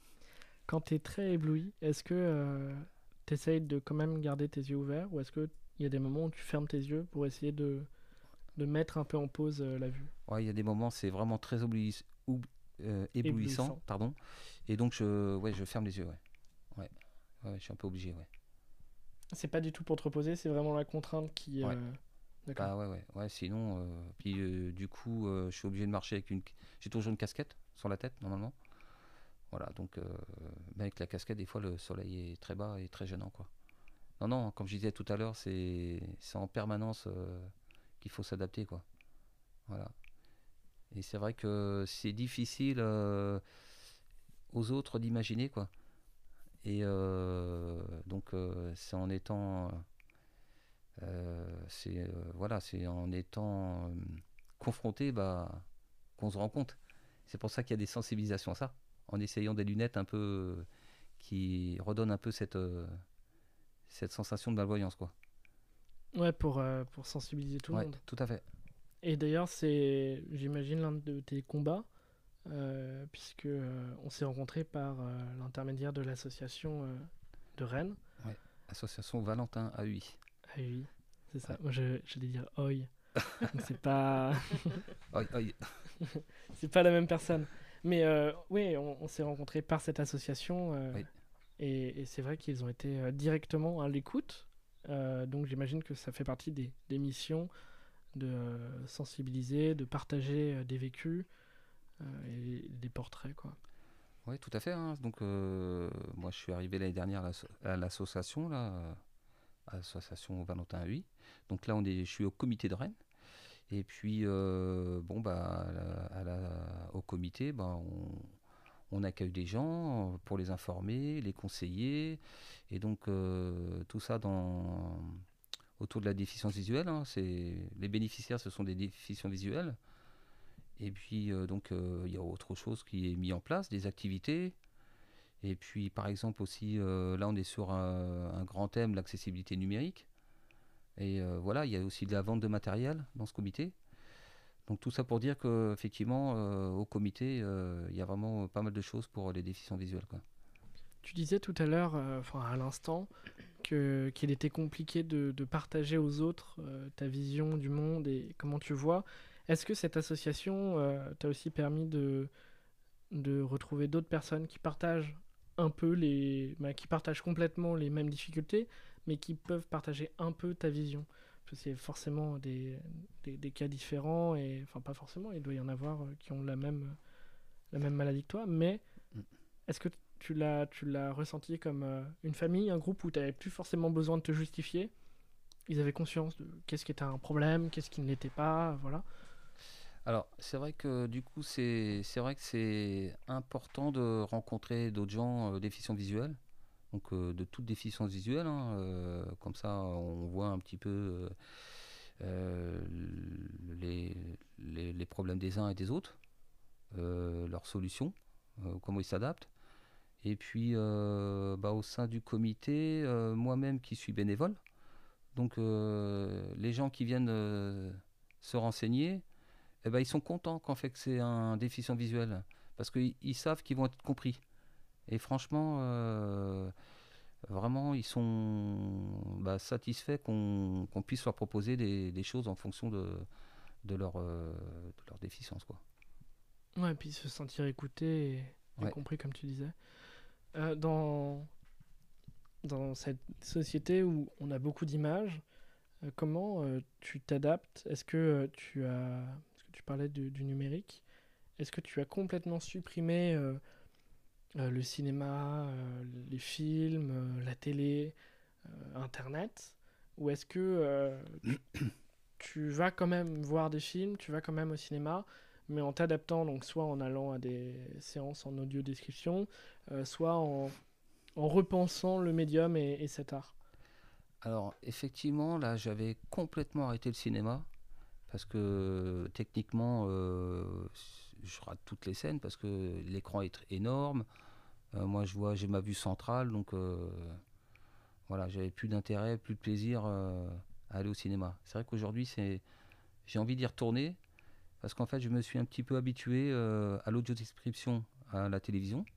Quand t'es très ébloui, est-ce que euh, t'essayes de quand même garder tes yeux ouverts ou est-ce qu'il y a des moments où tu fermes tes yeux pour essayer de, de mettre un peu en pause euh, la vue? Ouais, il y a des moments, c'est vraiment très obli- oub- euh, éblouissant, Éblouissant. pardon. Et donc, je, ouais, je ferme les yeux, ouais. Ouais, ouais, je suis un peu obligé, ouais. C'est pas du tout pour te reposer, c'est vraiment la contrainte qui. Ouais. euh, D'accord. Bah ouais, ouais, ouais, sinon, euh, puis euh, du coup, euh, je suis obligé de marcher avec une. J'ai toujours une casquette sur la tête, normalement. Voilà, donc, euh, mais avec la casquette, des fois, le soleil est très bas et très gênant, quoi. Non, non, comme je disais tout à l'heure, c'est c'est en permanence euh, qu'il faut s'adapter, quoi. Voilà. Et c'est vrai que c'est difficile euh, aux autres d'imaginer, quoi. Et euh, donc, euh, c'est en étant. euh, c'est euh, voilà, c'est en étant euh, confronté, bah, qu'on se rend compte. C'est pour ça qu'il y a des sensibilisations à ça, en essayant des lunettes un peu euh, qui redonnent un peu cette, euh, cette sensation de malvoyance, quoi. Ouais, pour, euh, pour sensibiliser tout le Ouais, monde. tout à fait. Et d'ailleurs, c'est, j'imagine, l'un de tes combats, euh, puisque euh, on s'est rencontrés par euh, l'intermédiaire de l'association euh, de Rennes, Ouais. Association Valentin A U I. A U I, c'est ça. Ouais. Moi, je, j'allais dire O I. Donc c'est pas, Aïe, aïe. c'est pas la même personne. Mais euh, oui, on, on s'est rencontrés par cette association, euh, Oui. et, et c'est vrai qu'ils ont été euh, directement à l'écoute. Euh, donc j'imagine que ça fait partie des, des missions de euh, sensibiliser, de partager euh, des vécus euh, et des portraits, quoi. Oui, tout à fait, hein. Donc, euh, moi, je suis arrivé l'année dernière à l'asso- à l'association, là, euh, à l'association Valentin Huy. Donc là, on est, je suis au comité de Rennes. Et puis, euh, bon, bah, à la- à la- au comité, bah, on, on accueille des gens euh, pour les informer, les conseiller. Et donc, euh, tout ça dans, autour de la déficience visuelle, hein. C'est, les bénéficiaires, ce sont des déficients visuels. Et puis, euh, donc, euh, il y a autre chose qui est mis en place, des activités. Et puis, par exemple, aussi, euh, là, on est sur un, un grand thème, l'accessibilité numérique. Et euh, voilà, il y a aussi de la vente de matériel dans ce comité. Donc, tout ça pour dire qu'effectivement, euh, au comité, euh, il y a vraiment pas mal de choses pour les déficients visuels, quoi. Tu disais tout à l'heure, euh, enfin à l'instant, que, qu'il était compliqué de, de partager aux autres euh, ta vision du monde et comment tu vois. Est-ce que cette association euh, t'a aussi permis de, de retrouver d'autres personnes qui partagent un peu les, bah, qui partagent complètement les mêmes difficultés, mais qui peuvent partager un peu ta vision? Parce que c'est forcément des, des, des cas différents, et enfin pas forcément, il doit y en avoir euh, qui ont la même, la même maladie que toi, mais est-ce que tu l'as, tu l'as ressenti comme euh, une famille, un groupe où tu n'avais plus forcément besoin de te justifier? Ils avaient conscience de qu'est-ce qui était un problème, qu'est-ce qui ne l'était pas, voilà. Alors, c'est vrai que du coup, c'est c'est vrai que c'est important de rencontrer d'autres gens euh, déficients visuels, donc euh, de toute déficience visuelle, hein, euh, comme ça, on voit un petit peu euh, euh, les, les, les problèmes des uns et des autres, euh, leurs solutions, euh, comment ils s'adaptent. Et puis, euh, bah, au sein du comité, euh, moi-même qui suis bénévole, donc euh, les gens qui viennent euh, se renseigner, eh ben, ils sont contents qu'en fait que c'est un déficient visuel, parce qu'ils ils savent qu'ils vont être compris. Et franchement, euh, vraiment, ils sont bah, satisfaits qu'on qu'on puisse leur proposer des, des choses en fonction de, de, leur, euh, de leur déficience, quoi. Ouais, et puis se sentir écouté et, et Ouais. compris, comme tu disais. Euh, dans, dans cette société où on a beaucoup d'images, euh, comment euh, tu t'adaptes? Est-ce que euh, tu as. Parce que tu parlais de- du numérique. Est-ce que tu as complètement supprimé euh, euh, le cinéma, euh, les films, euh, la télé, euh, Internet? Ou est-ce que euh, tu, tu vas quand même voir des films, tu vas quand même au cinéma, mais en t'adaptant, donc soit en allant à des séances en audio description, euh, soit en, en repensant le médium et, et cet art? Alors, effectivement, là, j'avais complètement arrêté le cinéma, parce que techniquement, euh, je rate toutes les scènes, parce que l'écran est tr- énorme. Euh, moi, je vois, j'ai ma vue centrale, donc euh, voilà, j'avais plus d'intérêt, plus de plaisir euh, à aller au cinéma. C'est vrai qu'aujourd'hui, c'est, j'ai envie d'y retourner parce qu'en fait, je me suis un petit peu habitué euh, à l'audio-description à la télévision.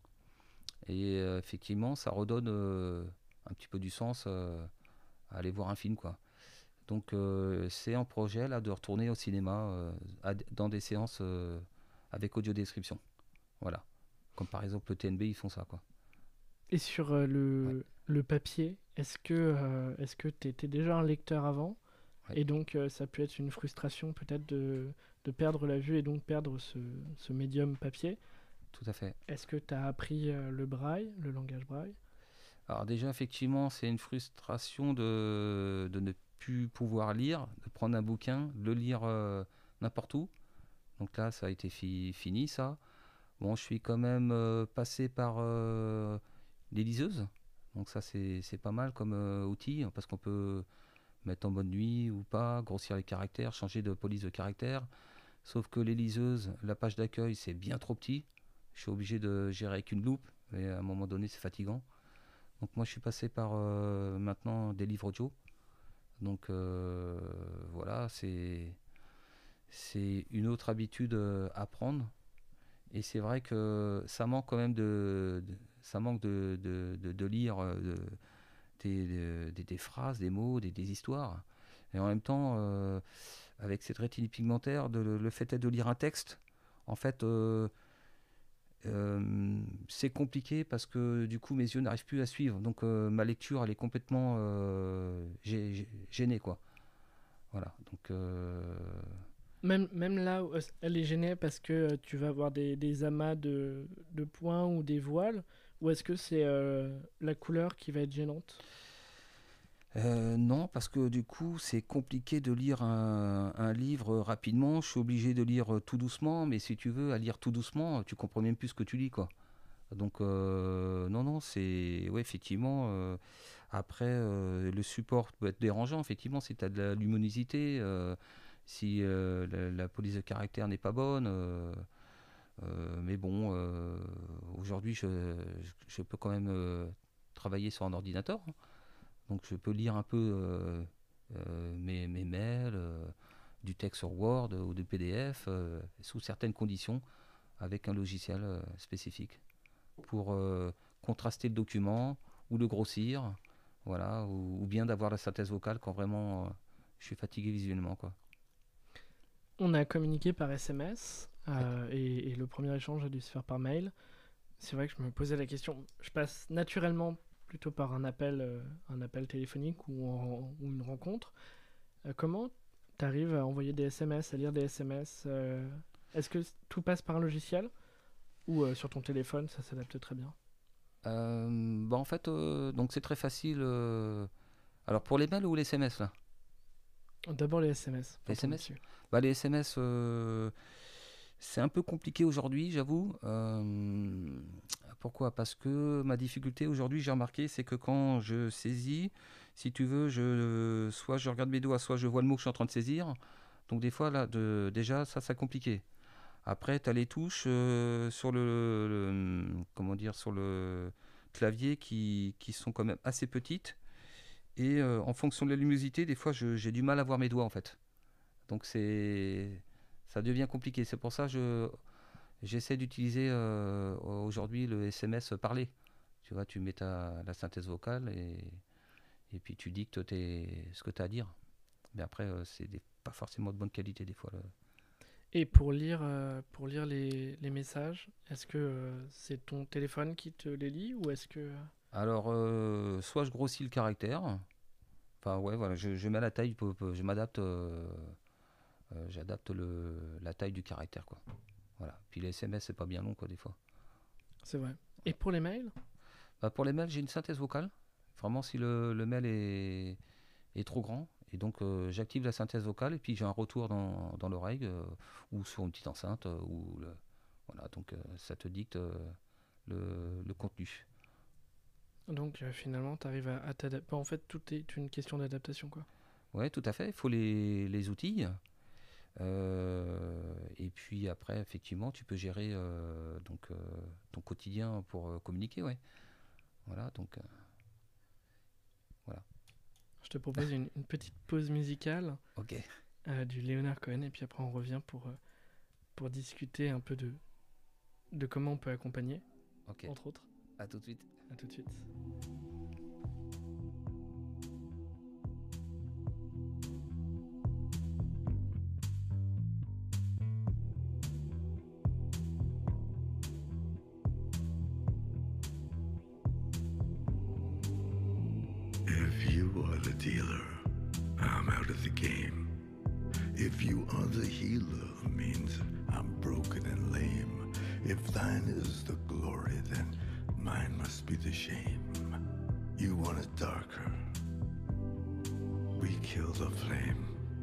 Et euh, effectivement, ça redonne euh, un petit peu du sens euh, à aller voir un film, quoi. Donc, euh, c'est un projet là de retourner au cinéma euh, à d- dans des séances euh, avec audio-description. Voilà. Comme par exemple le T N B, ils font ça, quoi. Et sur euh, Ouais, le, le papier, est-ce que euh, est-ce que tu étais déjà un lecteur avant? ouais, Et donc euh, ça peut être une frustration peut-être de, de perdre la vue et donc perdre ce, ce médium papier. tout à fait. Est-ce que tu as appris euh, le braille, le langage braille? Alors déjà, effectivement, c'est une frustration de, de ne plus pouvoir lire, de prendre un bouquin, de le lire euh, n'importe où. Donc là, ça a été fi- fini, ça. Bon, je suis quand même euh, passé par euh, les liseuses. Donc ça, c'est c'est pas mal comme euh, outil, hein, parce qu'on peut mettre en mode nuit ou pas, grossir les caractères, changer de police de caractère. Sauf que les liseuses, la page d'accueil, c'est bien trop petit. Je suis obligé de gérer avec une loupe, et à un moment donné, c'est fatigant. Donc moi je suis passé par euh, maintenant des livres audio. Donc euh, voilà, c'est c'est une autre habitude euh, à prendre. Et c'est vrai que ça manque quand même de, de- ça manque de, de, de- de lire euh, de- des, des- des phrases, des mots, des, des histoires. Et en même temps, euh, avec cette rétine pigmentaire, de, le fait est de lire un texte, en fait, euh, Euh, c'est compliqué parce que du coup mes yeux n'arrivent plus à suivre. Donc euh, ma lecture elle est complètement euh, gê- gê- gênée, quoi. Voilà, donc euh, Même, même là, où, euh, elle est gênée parce que euh, tu vas avoir des, des amas de, de points ou des voiles, ou est-ce que c'est euh, la couleur qui va être gênante? euh, non, parce que du coup, c'est compliqué de lire un, un livre rapidement. Je suis obligé de lire euh, tout doucement, mais si tu veux, à lire tout doucement, tu comprends même plus ce que tu lis, quoi. Donc, euh, non, non, c'est. Ouais, effectivement. euh, après, euh, le support peut être dérangeant, effectivement, si tu as de la luminosité, euh, si euh, la, la police de caractère n'est pas bonne. euh, euh, mais bon, euh, aujourd'hui, je, je- je peux quand même euh, travailler sur un ordinateur. Donc, je peux lire un peu euh, euh, mes, mes mails, euh, du texte sur Word ou du P D F, euh, sous certaines conditions, avec un logiciel euh, spécifique pour euh, contraster le document ou le grossir, voilà, ou, ou bien d'avoir la synthèse vocale quand vraiment euh, je suis fatigué visuellement, quoi. On a communiqué par S M S Ouais. euh, et, et le premier échange a dû se faire par mail. C'est vrai que je me posais la question. Je passe naturellement plutôt par un appel, euh, un appel téléphonique ou, en- ou une rencontre. Euh, comment tu arrives à envoyer des S M S, à lire des S M S euh, Est-ce que tout passe par un logiciel ou euh, sur ton téléphone, ça s'adapte très bien? Euh, bah en fait, euh, donc c'est très facile. euh, Alors pour les mails ou les S M S là? D'abord les S M S, Les partons S M S? là-dessus. Bah les S M S, euh, c'est un peu compliqué aujourd'hui, j'avoue. Euh, pourquoi? Parce que ma difficulté aujourd'hui, j'ai remarqué, c'est que quand je saisis, si tu veux, je, soit je regarde mes doigts, soit je vois le mot que je suis en train de saisir. Donc des fois, là, de, déjà, ça, c'est compliqué. Après, tu as les touches euh, sur le, le- comment dire, sur le clavier qui, qui sont quand même assez petites. Et euh, en fonction de la luminosité, des fois, je- j'ai du mal à voir mes doigts, en fait. Donc c'est, ça devient compliqué. C'est pour ça que je, j'essaie d'utiliser euh, aujourd'hui le S M S parlé. Tu vois, tu mets ta, la synthèse vocale et, et puis tu dictes tes, ce que tu as à dire. Mais après, euh, c'est des- pas forcément de bonne qualité des fois. le- Et pour lire, euh, pour lire les, les messages, est-ce que euh, c'est ton téléphone qui te les lit ou est-ce que... Alors, euh, soit je grossis le caractère. Enfin, ouais, voilà, je, je mets la taille, peu- peu- je m'adapte, euh, euh, j'adapte le, la taille du caractère, quoi. Voilà. Puis les S M S, c'est pas bien long, quoi, des fois. C'est vrai. Et Ouais. pour les mails? Bah, pour les mails, j'ai une synthèse vocale. Vraiment, si le, le mail est, est trop grand. Et donc, euh, j'active la synthèse vocale et puis j'ai un retour dans, dans l'oreille euh, ou sur une petite enceinte. euh, ou le- voilà, donc euh, ça te dicte euh, le, le contenu. Donc euh, finalement, tu arrives à, à t'adapter. En fait, tout est une question d'adaptation, quoi. Ouais, tout à fait. Il faut les, les outils. Euh, et puis après, effectivement, tu peux gérer euh, donc, euh, ton quotidien pour euh, communiquer. Ouais. Voilà, donc euh, voilà. Je te propose une, une petite pause musicale Ok, euh, du Leonard Cohen et puis après on revient pour, euh, pour discuter un peu de, de comment on peut accompagner, ok. entre autres. À tout de suite. À tout de suite. If you are the dealer, I'm out of the game. If you are the healer, means I'm broken and lame. If thine is the glory, then mine must be the shame. You want it darker, we kill the flame.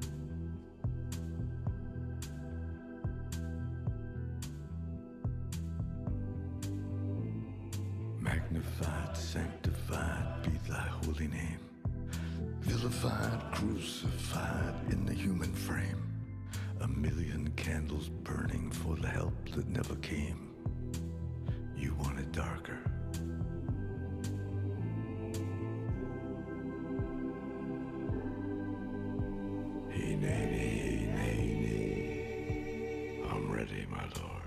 Magnified, sanctified be thy holy name. Vilified, crucified in the human frame. A million candles burning for the help that never came. You want it darker. Hey, nay, nay, nay, nay. I'm ready, my lord.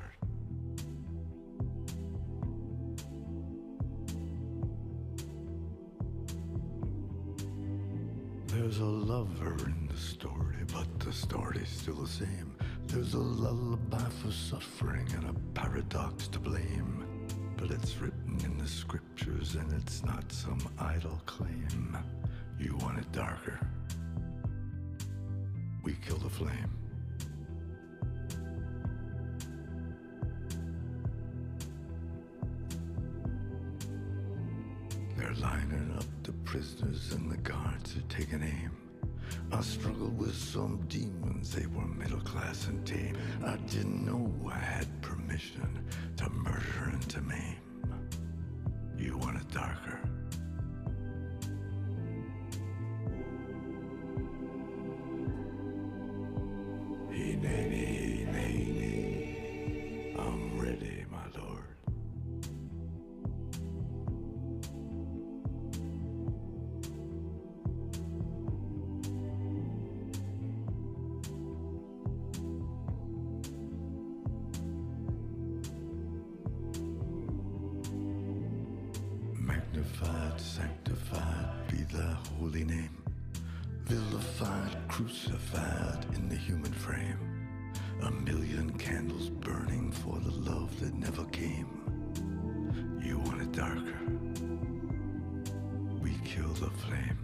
There's a lover in the story, but the story's still the same. There's a lullaby for suffering and a paradox to blame. But it's written in the scriptures and it's not some idle claim. You want it darker. kill the flame. They're lining up the prisoners and the guards are taking aim. I struggled with some demons, they were middle class and tame. I didn't know I had permission to murder and to maim. You want it darker? Hineni, hineni, I'm ready, my lord. Magnified, sanctified be thy holy name. Vilified, crucified in the human frame. A million candles burning for the love that never came. You want it darker? We kill the flame.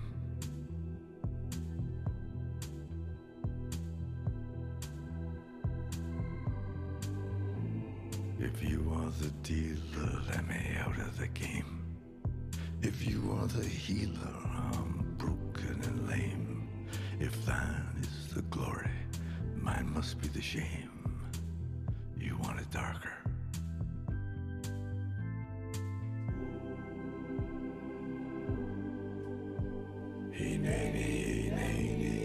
If you are the dealer, let me out of the game. If you are the healer, I'm broken and lame. If thine is the glory, mine must be the shame. You want it darker? Hineni, hineni.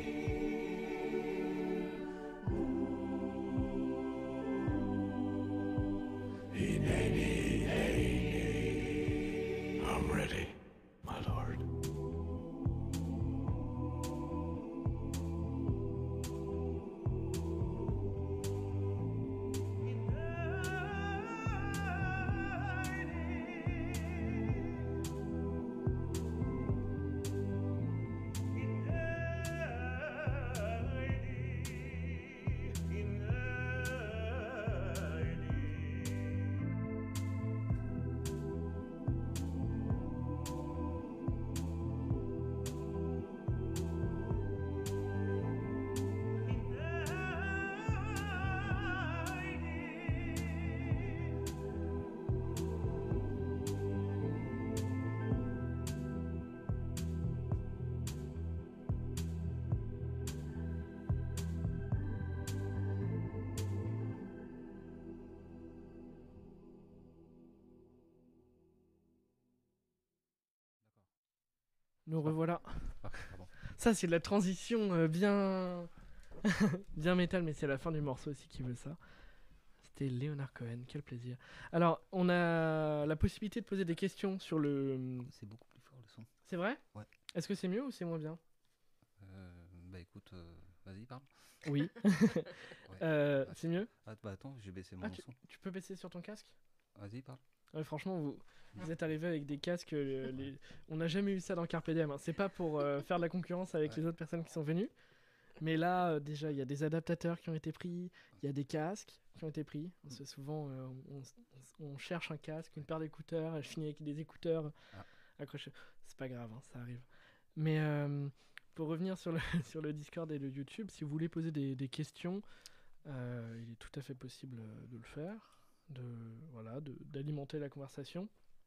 Hineni, hineni. I'm ready, my lord. Nous revoilà. Ah, pardon. Ça, c'est de la transition euh, bien... bien métal, mais c'est la fin du morceau aussi qui veut ça. C'était Leonard Cohen, quel plaisir. Alors, on a la possibilité de poser des questions sur le... C'est beaucoup plus fort le son. C'est vrai ? Ouais. Est-ce que c'est mieux ou c'est moins bien ? Euh, bah écoute, euh, vas-y, parle. Oui. Ouais. Euh, Ah, c'est mieux ? Ah, bah attends, j'ai baissé mon Ah, tu, son. tu peux baisser sur ton casque ? Vas-y, parle. Ouais, franchement, vous, vous êtes arrivés avec des casques. euh, les- On n'a jamais eu ça dans Carpe Diem. Hein. C'est pas pour euh, faire de la concurrence avec Ouais. les autres personnes qui sont venues. Mais là, euh, déjà, il y a des adaptateurs qui ont été pris. Il y a des casques qui ont été pris. Parce que souvent, euh, on, on- on cherche un casque, une paire d'écouteurs. Et je finis avec des écouteurs Ah. accrochés. C'est pas grave, hein, ça arrive. Mais euh, pour revenir sur le, sur le Discord et le YouTube, si vous voulez poser des, des questions, euh, il est tout à fait possible euh, de le faire. De, voilà, de- d'alimenter la conversation.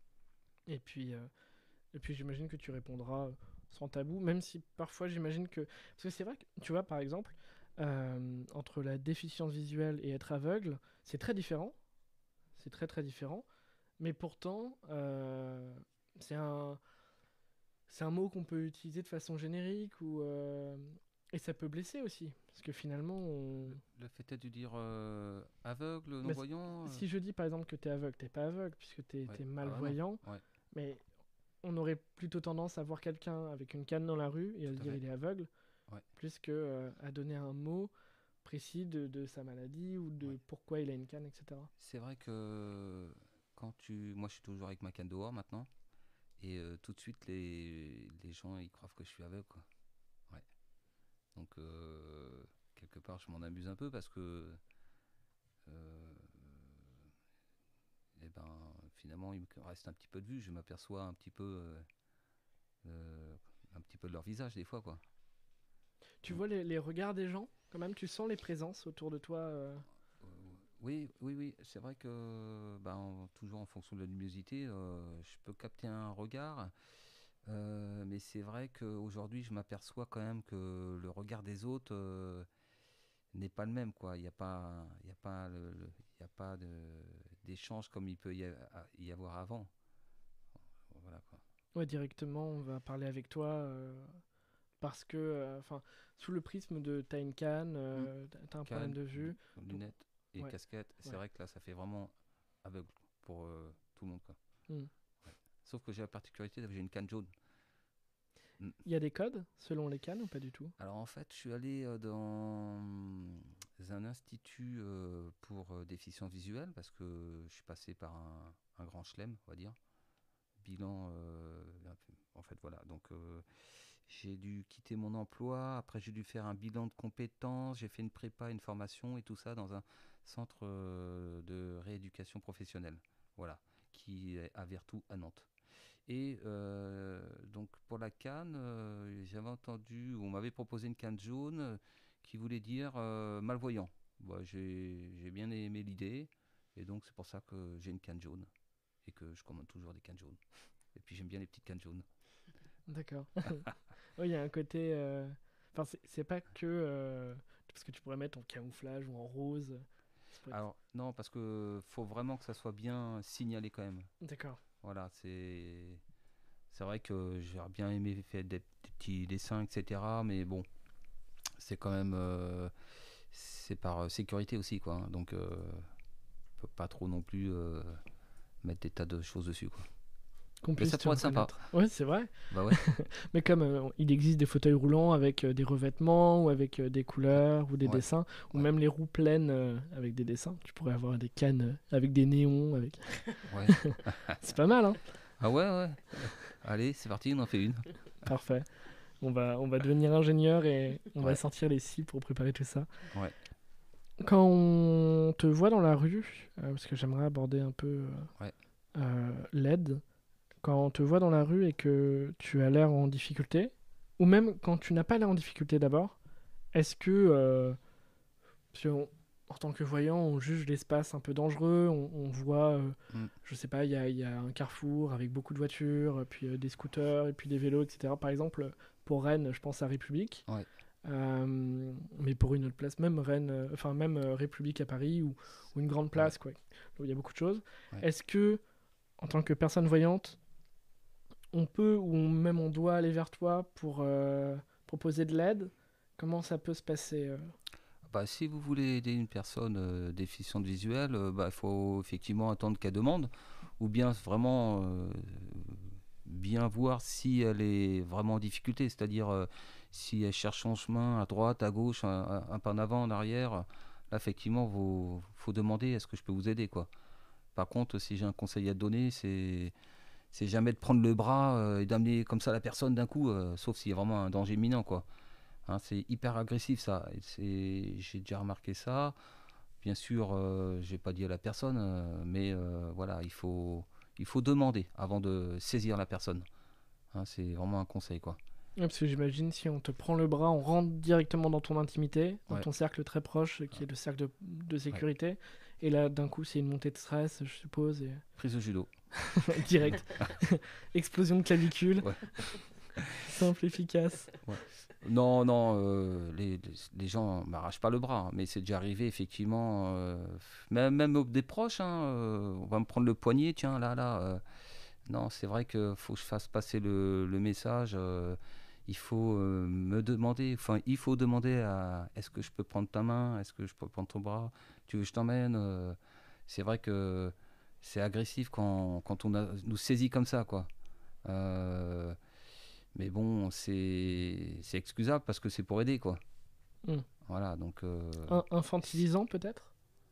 Et puis, euh, et puis j'imagine que tu répondras sans tabou, même si parfois j'imagine que... Parce que c'est vrai que, tu vois, par exemple, euh, entre la déficience visuelle et être aveugle, c'est très différent. C'est très très différent. Mais pourtant, euh, c'est un, c'est un mot qu'on peut utiliser de façon générique ou, euh, et ça peut blesser aussi. Parce que finalement, on... Le, le fait est de dire euh, aveugle, Mais non-voyant. euh, si je dis par exemple que tu es aveugle, t'es pas aveugle puisque tu es Ouais. Ah, vraiment. malvoyant, Ouais. mais on aurait plutôt tendance à voir quelqu'un avec une canne dans la rue et à se Tout à dire fait. il est aveugle, Ouais. plus que euh, à donner un mot précis de, de sa maladie ou de Ouais. pourquoi il a une canne, et cetera. C'est vrai que quand tu. Moi, je suis toujours avec ma canne dehors maintenant. Et euh, tout de suite, les, les gens, ils croient que je suis aveugle, quoi. Ouais. Donc, euh, quelque part, je m'en amuse un peu parce que. Euh, et ben, finalement, il me reste un petit peu de vue. Je m'aperçois un petit peu. Euh, euh, un petit peu de leur visage, des fois, quoi. Tu vois les, les regards des gens quand même, tu sens les présences autour de toi euh... Euh, oui, oui, oui. C'est vrai que ben, en- toujours en fonction de la luminosité, euh, je peux capter un regard. Euh, mais c'est vrai qu'aujourd'hui, je m'aperçois quand même que le regard des autres euh, n'est pas le même, quoi. Il n'y a pas, il y a pas, le- le- il y a pas de- d'échange comme il peut y, a- y avoir avant. Voilà, quoi. Ouais, directement, on va parler avec toi euh, parce que, euh, enfin, sous le prisme de t'as une canne, Mm. euh, t'as t'as un problème Canne, de lu- vue. donc- lunettes et ouais, casquette. C'est ouais. vrai que là, ça fait vraiment aveugle pour euh, tout le monde, quoi. Mm. Sauf que j'ai la particularité, j'ai une canne jaune. Mm. Il y a des codes selon les cannes ou pas du tout? Alors en fait, je suis allé euh, dans un institut euh, pour euh, déficience visuelle parce que je suis passé par un, un grand chelem, on va dire. Bilan, euh, un peu- en fait, voilà. Donc euh, j'ai dû quitter mon emploi. Après, j'ai dû faire un bilan de compétences. J'ai fait une prépa, une formation et tout ça dans un centre euh, de rééducation professionnelle. Voilà, qui est à Vertou, à Nantes. Et euh, donc pour la canne, euh, j'avais entendu, on m'avait proposé une canne jaune euh, qui voulait dire euh, malvoyant. Bah, j'ai j'ai bien aimé l'idée et donc c'est pour ça que j'ai une canne jaune et que je commande toujours des cannes jaunes. Et puis j'aime bien les petites cannes jaunes. D'accord. Ouais, il y a un côté. euh, Enfin, c'est c'est pas que. euh, Parce que tu pourrais mettre en camouflage ou en rose. Ça pourrait être- Alors non, parce que faut vraiment que ça soit bien signalé quand même. D'accord. Voilà, c'est c'est vrai que j'aurais bien aimé faire des, des petits dessins, et cetera. Mais bon, c'est quand même euh, c'est par euh, sécurité aussi, quoi, hein. Donc euh, on peut pas trop non plus euh, mettre des tas de choses dessus, quoi. Qu'on Mais puisse ça te pourrait être sympa. reconnaître. Ouais, c'est vrai. Bah ouais. Mais comme euh, il existe des fauteuils roulants avec euh, des revêtements ou avec euh, des couleurs ou des Ouais. dessins, ou Ouais. même les roues pleines euh, avec des dessins, tu pourrais avoir des cannes euh, avec des néons. Avec... Ouais. C'est pas mal, hein? Ah ouais, ouais. Allez, c'est parti, on en fait une. Parfait. On va, on va devenir ingénieur et on va Ouais. sortir les scies pour préparer tout ça. Ouais. Quand on te voit dans la rue, euh, parce que j'aimerais aborder un peu euh, Ouais. euh, l'aide, quand on te voit dans la rue et que tu as l'air en difficulté, ou même quand tu n'as pas l'air en difficulté d'abord, est-ce que, euh, parce que on- en tant que voyant, on juge l'espace un peu dangereux, on, on voit, euh, Mm. je sais pas, il y a, il y a un carrefour avec beaucoup de voitures, puis euh, des scooters, et puis des vélos, et cetera. Par exemple, pour Rennes, je pense à République. Ouais. Euh, mais pour une autre place, même Rennes, euh, enfin même euh, République à Paris ou, ou une grande place, quoi, où il y a beaucoup de choses. Ouais. Est-ce que, en tant que personne voyante, on peut ou on- même on doit aller vers toi pour euh, proposer de l'aide? Comment ça peut se passer euh Bah, si vous voulez aider une personne euh, déficiente visuelle, euh, bah, il faut effectivement attendre qu'elle demande, ou bien vraiment euh, bien voir si elle est vraiment en difficulté, c'est-à-dire euh, si elle cherche son chemin à droite, à gauche, un, un- un pas en avant, en arrière. Là, effectivement, il faut demander est-ce que je peux vous aider, quoi. Par contre, si j'ai un conseil à te donner, c'est c'est jamais de prendre le bras euh, et d'amener comme ça la personne d'un coup, euh, sauf s'il y a vraiment un danger imminent, quoi. Hein, c'est hyper agressif, ça. Et c'est- J'ai déjà remarqué ça. Bien sûr, euh, j'ai pas dit à la personne, euh, mais euh, voilà, il faut, il faut demander avant de saisir la personne. Hein, c'est vraiment un conseil, quoi. Ouais, parce que j'imagine si on te prend le bras, on rentre directement dans ton intimité, dans Ouais. ton cercle très proche, qui est le cercle de, de sécurité. Et là, d'un coup, c'est une montée de stress, je suppose. Et... Prise de judo. Direct. Explosion de clavicule. Ouais. Simple, efficace. Non, non, euh, les, les- les gens m'arrachent pas le bras, hein, mais c'est déjà arrivé effectivement, euh, même, même des proches, hein, euh, on va me prendre le poignet, tiens, là, là. euh, non, c'est vrai qu'il faut que je fasse passer le, le message. euh, il faut euh, me demander, enfin, il faut demander à est-ce que je peux prendre ta main, est-ce que je peux prendre ton bras, tu veux que je t'emmène. euh, c'est vrai que c'est agressif quand, quand on a- nous saisit comme ça, quoi. Euh, mais bon, c'est c'est excusable parce que c'est pour aider, quoi. Mm. Voilà, donc. euh, Un- infantilisant, peut-être?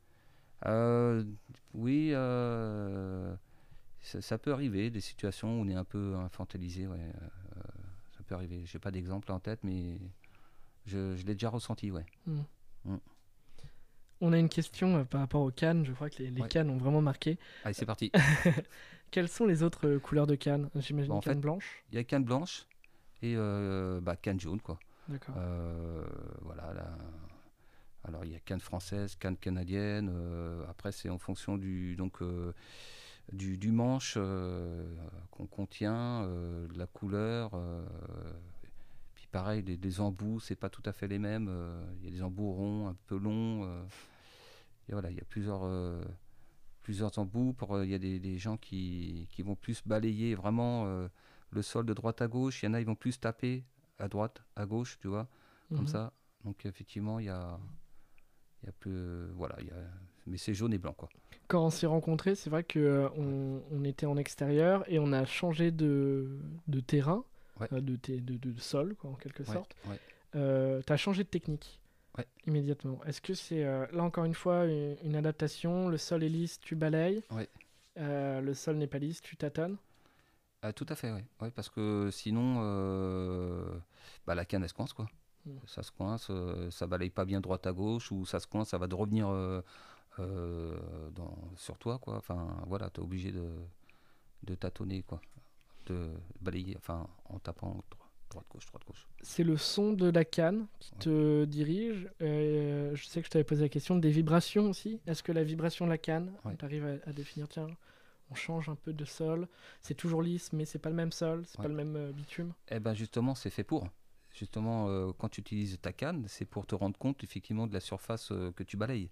euh, oui, euh, ça, ça peut arriver, des situations où on est un peu infantilisé, ouais. euh, ça peut arriver. J'ai pas d'exemple en tête, mais je, je l'ai déjà ressenti, ouais. Mm. Mm. On a une question euh, par rapport aux cannes. Je crois que les, les Ouais. cannes ont vraiment marqué. Allez, c'est parti. Quelles sont les autres euh, couleurs de cannes? J'imagine Bah, en canne fait, blanche. Il y a canne blanche et euh, bah, canne jaune, quoi. D'accord. Euh, voilà, là, alors il y a canne française, canne canadienne. Euh, après, c'est en fonction du, donc, euh, du, du manche euh, qu'on contient, euh, de la couleur. Euh, puis pareil, les, les embouts, c'est pas tout à fait les mêmes. Euh, Il y a des embouts ronds, un peu longs. Euh, et voilà, il y a plusieurs, euh, plusieurs embouts. Pour, euh, il y a des, des gens qui, qui vont plus balayer vraiment euh, le sol de droite à gauche. Il y en a, ils vont plus taper à droite, à gauche, tu vois, comme Mhm. ça. Donc effectivement, il y a, il y a plus, voilà, il y a, mais c'est jaune et blanc, quoi. Quand on s'est rencontrés, c'est vrai que euh, on, on était en extérieur et on a changé de, de terrain, Ouais. euh, de, té- de, de sol, quoi, en quelque Ouais, sorte. ouais. Euh, tu as changé de technique Ouais. immédiatement. Est-ce que c'est, euh, là encore une fois, une, une adaptation? Le sol est lisse, tu balayes. Ouais. Euh, le sol n'est pas lisse, tu tâtonnes. Ah, tout à fait, oui. Ouais, parce que sinon, euh, bah, la canne, elle se coince, quoi. Mm. Ça se coince, euh, ça balaye pas bien droite à gauche, ou ça se coince, ça va de revenir euh, euh, dans, sur toi, quoi. Enfin, voilà, tu es obligé de, de tâtonner, quoi. De balayer, enfin, en tapant droite, droite, gauche, droite, gauche. C'est le son de la canne qui Ouais. te dirige. Euh, je sais que je t'avais posé la question des vibrations aussi. Est-ce que la vibration de la canne, Ouais. tu arrives à, à définir, tiens, on change un peu de sol, c'est toujours lisse, mais c'est pas le même sol, c'est Ouais. pas le même euh, bitume. Eh ben justement, c'est fait pour. Justement, euh, quand tu utilises ta canne, c'est pour te rendre compte effectivement de la surface euh, que tu balayes.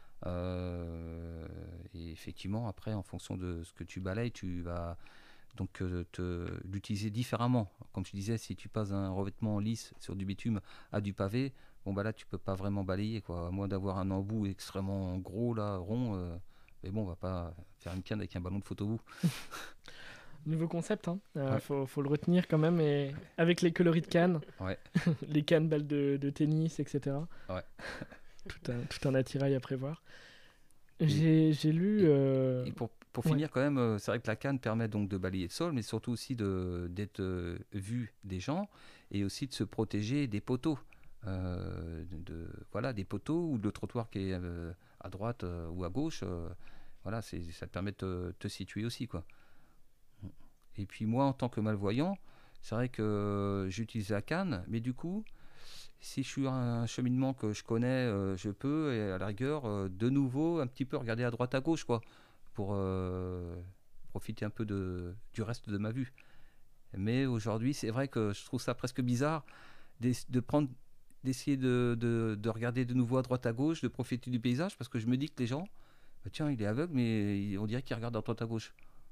Euh, et effectivement, après, en fonction de ce que tu balayes, tu vas donc euh, te, l'utiliser différemment. Comme je disais, si tu passes un revêtement lisse sur du bitume à du pavé, bon bah là, tu peux pas vraiment balayer, quoi. À moins d'avoir un embout extrêmement gros, là, rond. Euh, mais bon, on va pas faire une canne avec un ballon de photo. Nouveau concept, hein. Euh, Ouais. faut, faut le retenir quand même. Et avec les coloris de canne, Ouais, les cannes balles de, de tennis, et cetera. ouais. Tout un, tout un attirail à prévoir. Et- J'ai j'ai lu. euh, Et pour, pour ouais. finir, quand même, euh, c'est vrai que la canne permet donc de balayer le sol, mais surtout aussi de, d'être euh, vu des gens et aussi de se protéger des poteaux. Euh, de, de- voilà, des poteaux ou le trottoir qui est euh, à droite euh, ou à gauche. Euh, voilà, c'est, ça te permet de te, te situer aussi, quoi. Et puis moi, en tant que malvoyant, c'est vrai que j'utilise la canne, mais du coup, si je suis un cheminement que je connais, euh, je peux, et à la rigueur, euh, de nouveau, un petit peu regarder à droite à gauche, quoi, pour euh, profiter un peu de, du reste de ma vue. Mais aujourd'hui, c'est vrai que je trouve ça presque bizarre d'ess- de prendre, d'essayer de, de- de regarder de nouveau à droite à gauche, de profiter du paysage, parce que je me dis que les gens, bah, tiens, il est aveugle, mais il- on dirait qu'il regarde à droite à gauche.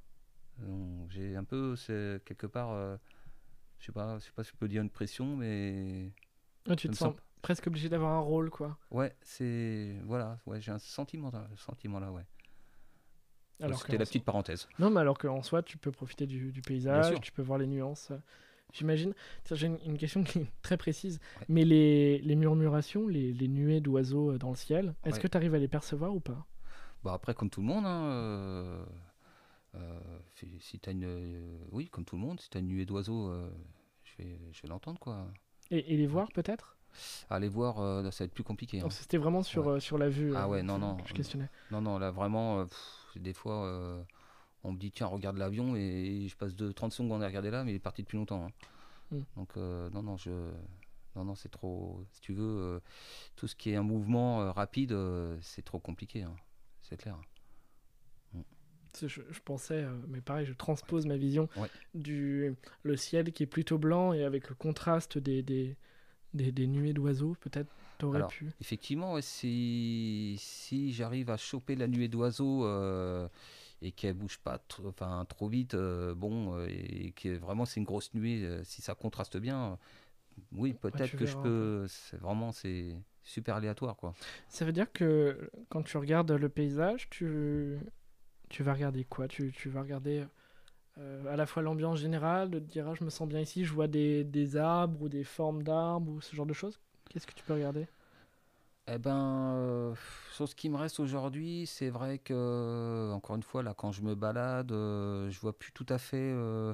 Donc, j'ai un peu, c'est quelque part, euh, je sais pas, je sais pas si je peux dire une pression, mais Ah, tu ça te me sens semble. presque obligé d'avoir un rôle, quoi. Ouais, c'est. Voilà, ouais, j'ai un sentiment, là, ce sentiment-là, ouais. Ouais, Alors c'était qu'en la soi... petite parenthèse. Non, mais alors qu'en soi, tu peux profiter du, du Bien paysage, sûr. tu peux voir les nuances. euh, J'imagine. Tiens, j'ai une, une question qui est très précise. Ouais. Mais les, les murmurations, les, les nuées d'oiseaux euh, dans le ciel, est-ce Ouais. que tu arrives à les percevoir ou pas? Bah après, comme tout le monde, hein, euh, euh, fi- si t'as une. Euh, oui, comme tout le monde, si t'as une nuée d'oiseaux, euh, je vais, je vais l'entendre, quoi. Et, et les Ouais. voir peut-être? Aller voir, euh, ça va être plus compliqué, Non, hein. parce que c'était vraiment sur, Ouais. euh, sur la vue Ah euh, ouais, non, que, non. que je questionnais. Non, non, là, vraiment, euh, pff, des fois, euh, on me dit, tiens, regarde l'avion, et je passe de trente secondes à regarder là, mais il est parti depuis longtemps, hein. Hmm. Donc, euh, non, non, je. Non, non, c'est trop. Si tu veux, euh, tout ce qui est un mouvement euh, rapide, euh, c'est trop compliqué, hein. C'est clair. Mm. Parce que Je, je pensais, euh, mais pareil, je transpose ma vision Ouais. du le ciel qui est plutôt blanc et avec le contraste des, des, des, des nuées d'oiseaux, peut-être t'aurais Alors, pu. effectivement, ouais, si, si j'arrive à choper la nuée d'oiseaux euh, et qu'elle bouge pas trop, enfin, trop vite, euh, bon, euh, et que vraiment c'est une grosse nuée, euh, si ça contraste bien, euh, oui, Ouais, peut-être tu que je verras un peu. peux. C'est vraiment, c'est super aléatoire, quoi. Ça veut dire que quand tu regardes le paysage, tu, tu vas regarder quoi? tu, tu vas regarder euh, à la fois l'ambiance générale, de te dire ah, je me sens bien ici, je vois des, des arbres ou des formes d'arbres ou ce genre de choses. Qu'est-ce que tu peux regarder? Eh ben, euh, sur ce qui me reste aujourd'hui, c'est vrai que, encore une fois, là, quand je me balade, euh, je vois plus tout à fait euh,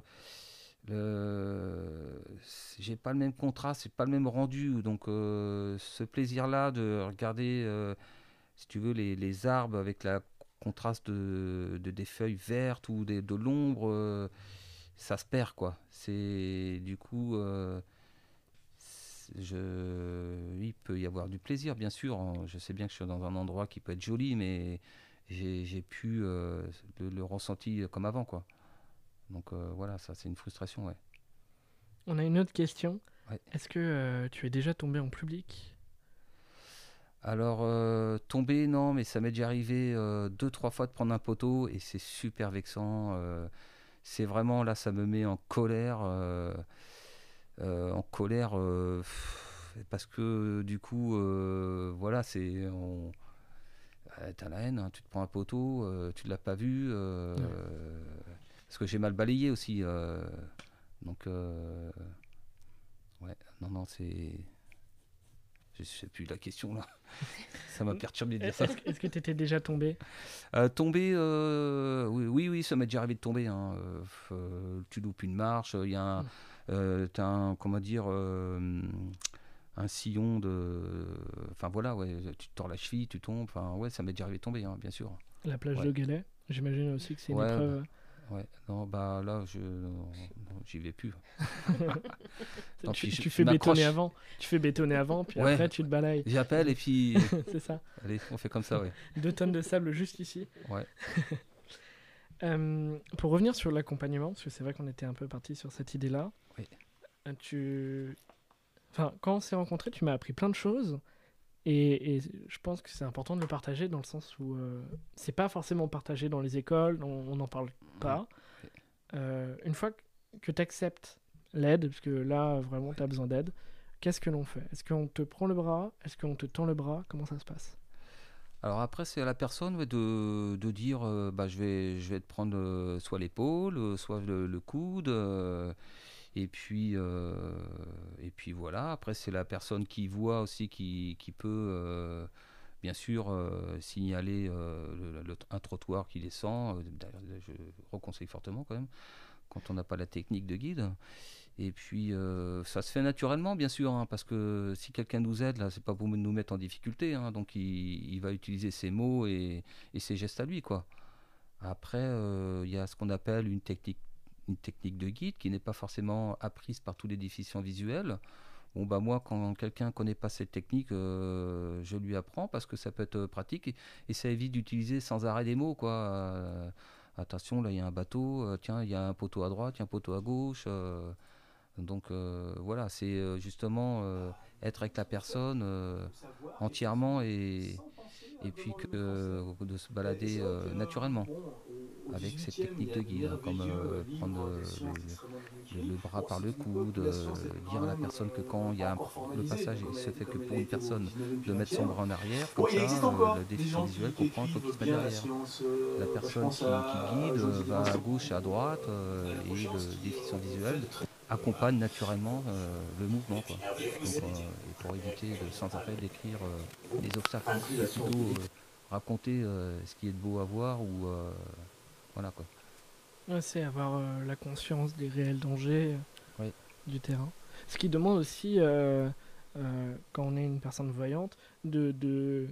le. J'ai pas le même contraste, c'est pas le même rendu. Donc, euh, ce plaisir-là de regarder, euh, si tu veux, les, les arbres avec la contraste de, de- des feuilles vertes ou des- de l'ombre, euh, ça se perd, quoi. C'est du coup. Euh, je, oui, il peut y avoir du plaisir, bien sûr. Je sais bien que je suis dans un endroit qui peut être joli, mais j'ai, j'ai pu euh, le, le ressenti comme avant, quoi. Donc euh, voilà, ça c'est une frustration, ouais. On a une autre question. Ouais. Est-ce que euh, tu es déjà tombé en public? Alors, euh, tomber, non, mais ça m'est déjà arrivé euh, deux, trois fois de prendre un poteau et c'est super vexant. euh, c'est vraiment, là, ça me met en colère. euh, euh, en colère euh, pff, parce que du coup, euh, voilà, c'est. On, euh, t'as la haine, hein, tu te prends un poteau, euh, tu ne l'as pas vu. euh, Ouais. Parce que j'ai mal balayé aussi. euh, donc, euh, ouais, non, non, c'est. Je sais plus la question là. Ça m'a perturbé de dire ça. Est-ce, est-ce que tu étais déjà tombé? Euh, tomber, euh, oui, oui, oui, ça m'est déjà arrivé de tomber. Hein. Euh, f- euh, tu loupes une marche, il y a un, Mm. euh, t'as un, comment dire, euh, un sillon de, enfin voilà, ouais, tu te tords la cheville, tu tombes. Enfin, ouais, ça m'est déjà arrivé de tomber, hein, bien sûr. La plage Ouais. de Galets? J'imagine aussi que c'est une Ouais, épreuve. Ouais, non, bah là, je, non, non, j'y vais plus. Tant tu, pis, je- tu je fais m'accroche. bétonner avant. Tu fais bétonner avant, puis Ouais. après tu te balayes. J'appelle et puis, C'est ça. allez, on fait comme ça, ouais. Deux tonnes de sable juste ici. Ouais. Euh, pour revenir sur l'accompagnement, parce que c'est vrai qu'on était un peu parti sur cette idée-là. Oui. euh, Tu... Enfin, quand on s'est rencontrés, tu m'as appris plein de choses. Et, et je pense que c'est important de le partager dans le sens où euh, c'est pas forcément partagé dans les écoles, on n'en parle pas. Oui. Euh, une fois que tu acceptes l'aide, parce que là vraiment tu as besoin d'aide, qu'est-ce que l'on fait? Est-ce qu'on te prend le bras? Est-ce qu'on te tend le bras? Comment ça se passe? Alors après, c'est à la personne ouais, de, de dire, euh, bah, je vais, je vais te prendre euh, soit l'épaule, euh, soit le, le coude. euh, et puis, euh, et puis voilà. Après, c'est la personne qui voit aussi qui, qui peut, euh, bien sûr, euh, signaler euh, le- le- un trottoir qui descend. Euh, D'ailleurs, je reconseille fortement quand même, quand on n'a pas la technique de guide. Et puis, euh, ça se fait naturellement, bien sûr, hein, parce que si quelqu'un nous aide, là, c'est pas pour nous mettre en difficulté. Hein, donc, il, il va utiliser ses mots et, et ses gestes à lui, quoi. Après, euh, il y a ce qu'on appelle une technique, une technique de guide qui n'est pas forcément apprise par tous les déficients visuels. Bon, bah moi, quand quelqu'un connaît pas cette technique, euh, je lui apprends parce que ça peut être pratique et, et ça évite d'utiliser sans arrêt des mots, quoi. Euh, attention, là, il y a un bateau. euh, tiens, il y a un poteau à droite, il y a un poteau à gauche. euh, donc euh, voilà, c'est euh, justement euh, être avec la personne euh, entièrement et, et puis que, euh, de se balader euh, naturellement avec cette technique de guide, hein, comme euh, prendre euh, le, le- le bras par le coude, euh, dire à la personne que quand il y a un- le passage, il se fait que pour une personne de mettre son bras en arrière, comme ça euh, le déficient visuel comprend qu'il faut qu'il se mette derrière. La personne qui, qui guide euh, va à gauche et à droite euh, et le déficient visuel accompagne naturellement euh, le mouvement, quoi. Donc, euh, et pour éviter de sans arrêt décrire euh, les obstacles, et plutôt euh, raconter euh, ce qui est de beau à voir ou euh, voilà, quoi. Ouais, c'est avoir euh, la conscience des réels dangers euh, Oui. du terrain. Ce qui demande aussi, euh, euh, quand on est une personne voyante, de, de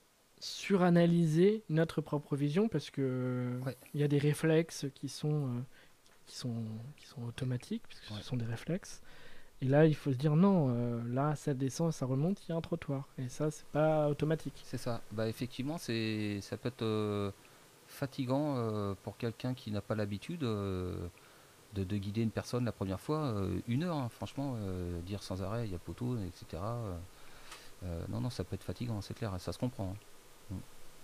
suranalyser notre propre vision parce que Ouais. il y a des réflexes qui sont, euh, qui sont, qui sont automatiques, puisque Ouais. ce sont des réflexes. Et là, il faut se dire non, euh, là, ça descend, ça remonte, il y a un trottoir. Et ça, c'est pas automatique. C'est ça. Bah effectivement, c'est ça peut être euh, fatigant euh, pour quelqu'un qui n'a pas l'habitude euh, de, de guider une personne la première fois, euh, une heure, hein, franchement, euh, dire sans arrêt, il y a le poteau, et cetera euh, euh, non, non, ça peut être fatigant, c'est clair, ça se comprend. Hein.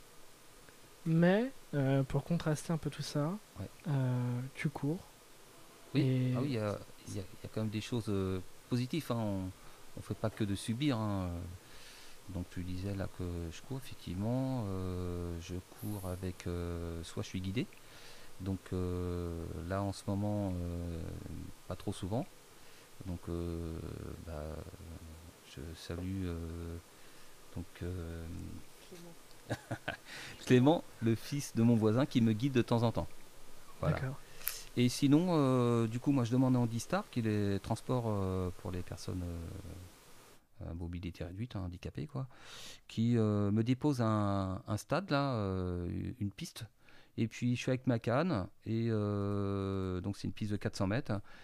Mais, euh, pour contraster un peu tout ça, Ouais. euh, tu cours. Oui, Et ah oui, il y a, il y a- il y a quand même des choses euh, positives. Hein. On ne fait pas que de subir. Hein. Donc tu disais là que je cours, effectivement. euh, je cours avec... euh, soit je suis guidé. Donc euh, là en ce moment, euh, pas trop souvent. Donc euh, bah, je salue euh, donc, euh, Clément, le fils de mon voisin qui me guide de temps en temps. Voilà. D'accord. Et sinon, euh, du coup, moi je demande à Andy Star, qui est les transports euh, pour les personnes euh, à mobilité réduite, hein, handicapées, quoi, qui euh, me dépose un, un stade, là, euh, une piste. Et puis je suis avec ma canne, et euh, donc c'est une piste de quatre cents mètres.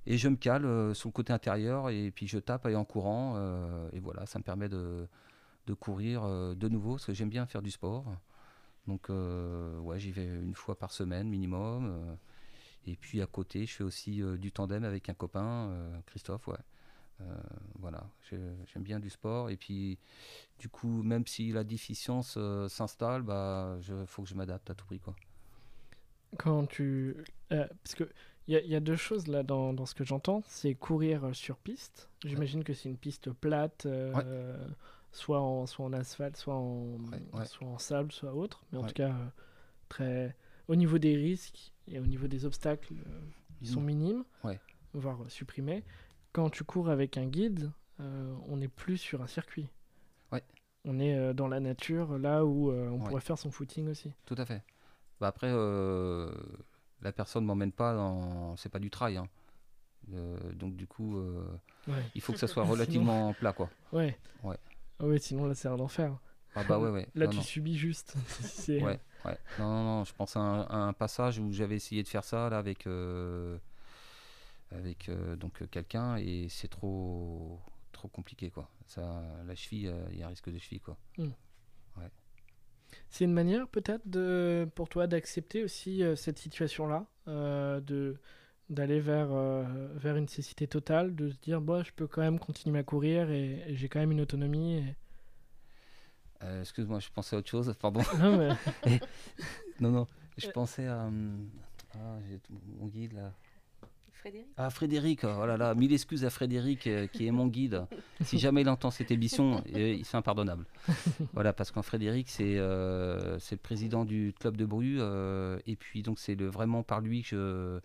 Et je me cale euh, sur le côté intérieur et puis je tape et en courant. euh, et voilà, ça me permet de, de courir euh, de nouveau parce que j'aime bien faire du sport. Donc euh, ouais, j'y vais une fois par semaine minimum. euh, et puis à côté, je fais aussi euh, du tandem avec un copain, euh, Christophe, ouais. Euh, voilà, j'ai- j'aime bien du sport. Et puis du coup, même si la déficience euh, s'installe, bah, je, faut que je m'adapte à tout prix, quoi. Quand tu... euh, parce que il y, a- il y a deux choses là dans, dans ce que j'entends. C'est courir euh, sur piste. J'imagine que c'est une piste plate, Ouais, euh, soit, en, soit en asphalte, soit en, ouais, ouais, soit en sable, soit autre. Mais en ouais. tout cas, euh, très... au niveau des risques et au niveau des obstacles, euh, ils sont Mm. minimes, Ouais. voire euh, supprimés. Quand tu cours avec un guide, euh, on n'est plus sur un circuit. Ouais. On est euh, dans la nature, là où euh, on Ouais. pourrait faire son footing aussi. Tout à fait. Bah après, euh, la personne m'emmène pas dans. C'est pas du trail, hein. Euh, donc du coup, euh, Ouais. il faut que ça soit Sinon, relativement plat, quoi. ouais. Ouais. Ah ouais, sinon là c'est un enfer. Ah bah ouais, ouais. Là Non, tu non. subis juste. C'est... Ouais, ouais. Non, non, non. Je pense à un, à un passage où j'avais essayé de faire ça là avec euh, avec euh, donc euh, quelqu'un et c'est trop trop compliqué, quoi. Ça, la cheville, euh, il y a un risque de cheville, quoi. Hmm. Ouais. C'est une manière peut-être de, pour toi d'accepter aussi euh, cette situation-là, euh, de, d'aller vers, euh, vers une cécité totale, de se dire bah, je peux quand même continuer à courir et, et j'ai quand même une autonomie. et- Euh, excuse-moi, je pensais à autre chose, pardon. Non, mais... Non, non. Je Euh. pensais à hum, ah, j'ai tout- mon guide là. Frédéric? Ah, Frédéric, oh là là, mille excuses à Frédéric euh, qui est mon guide. Si jamais il entend cette émission, euh, c'est impardonnable. Voilà, parce qu'en Frédéric, c'est euh, c'est le président du club de Bru, euh, et puis donc c'est le, vraiment par lui que je,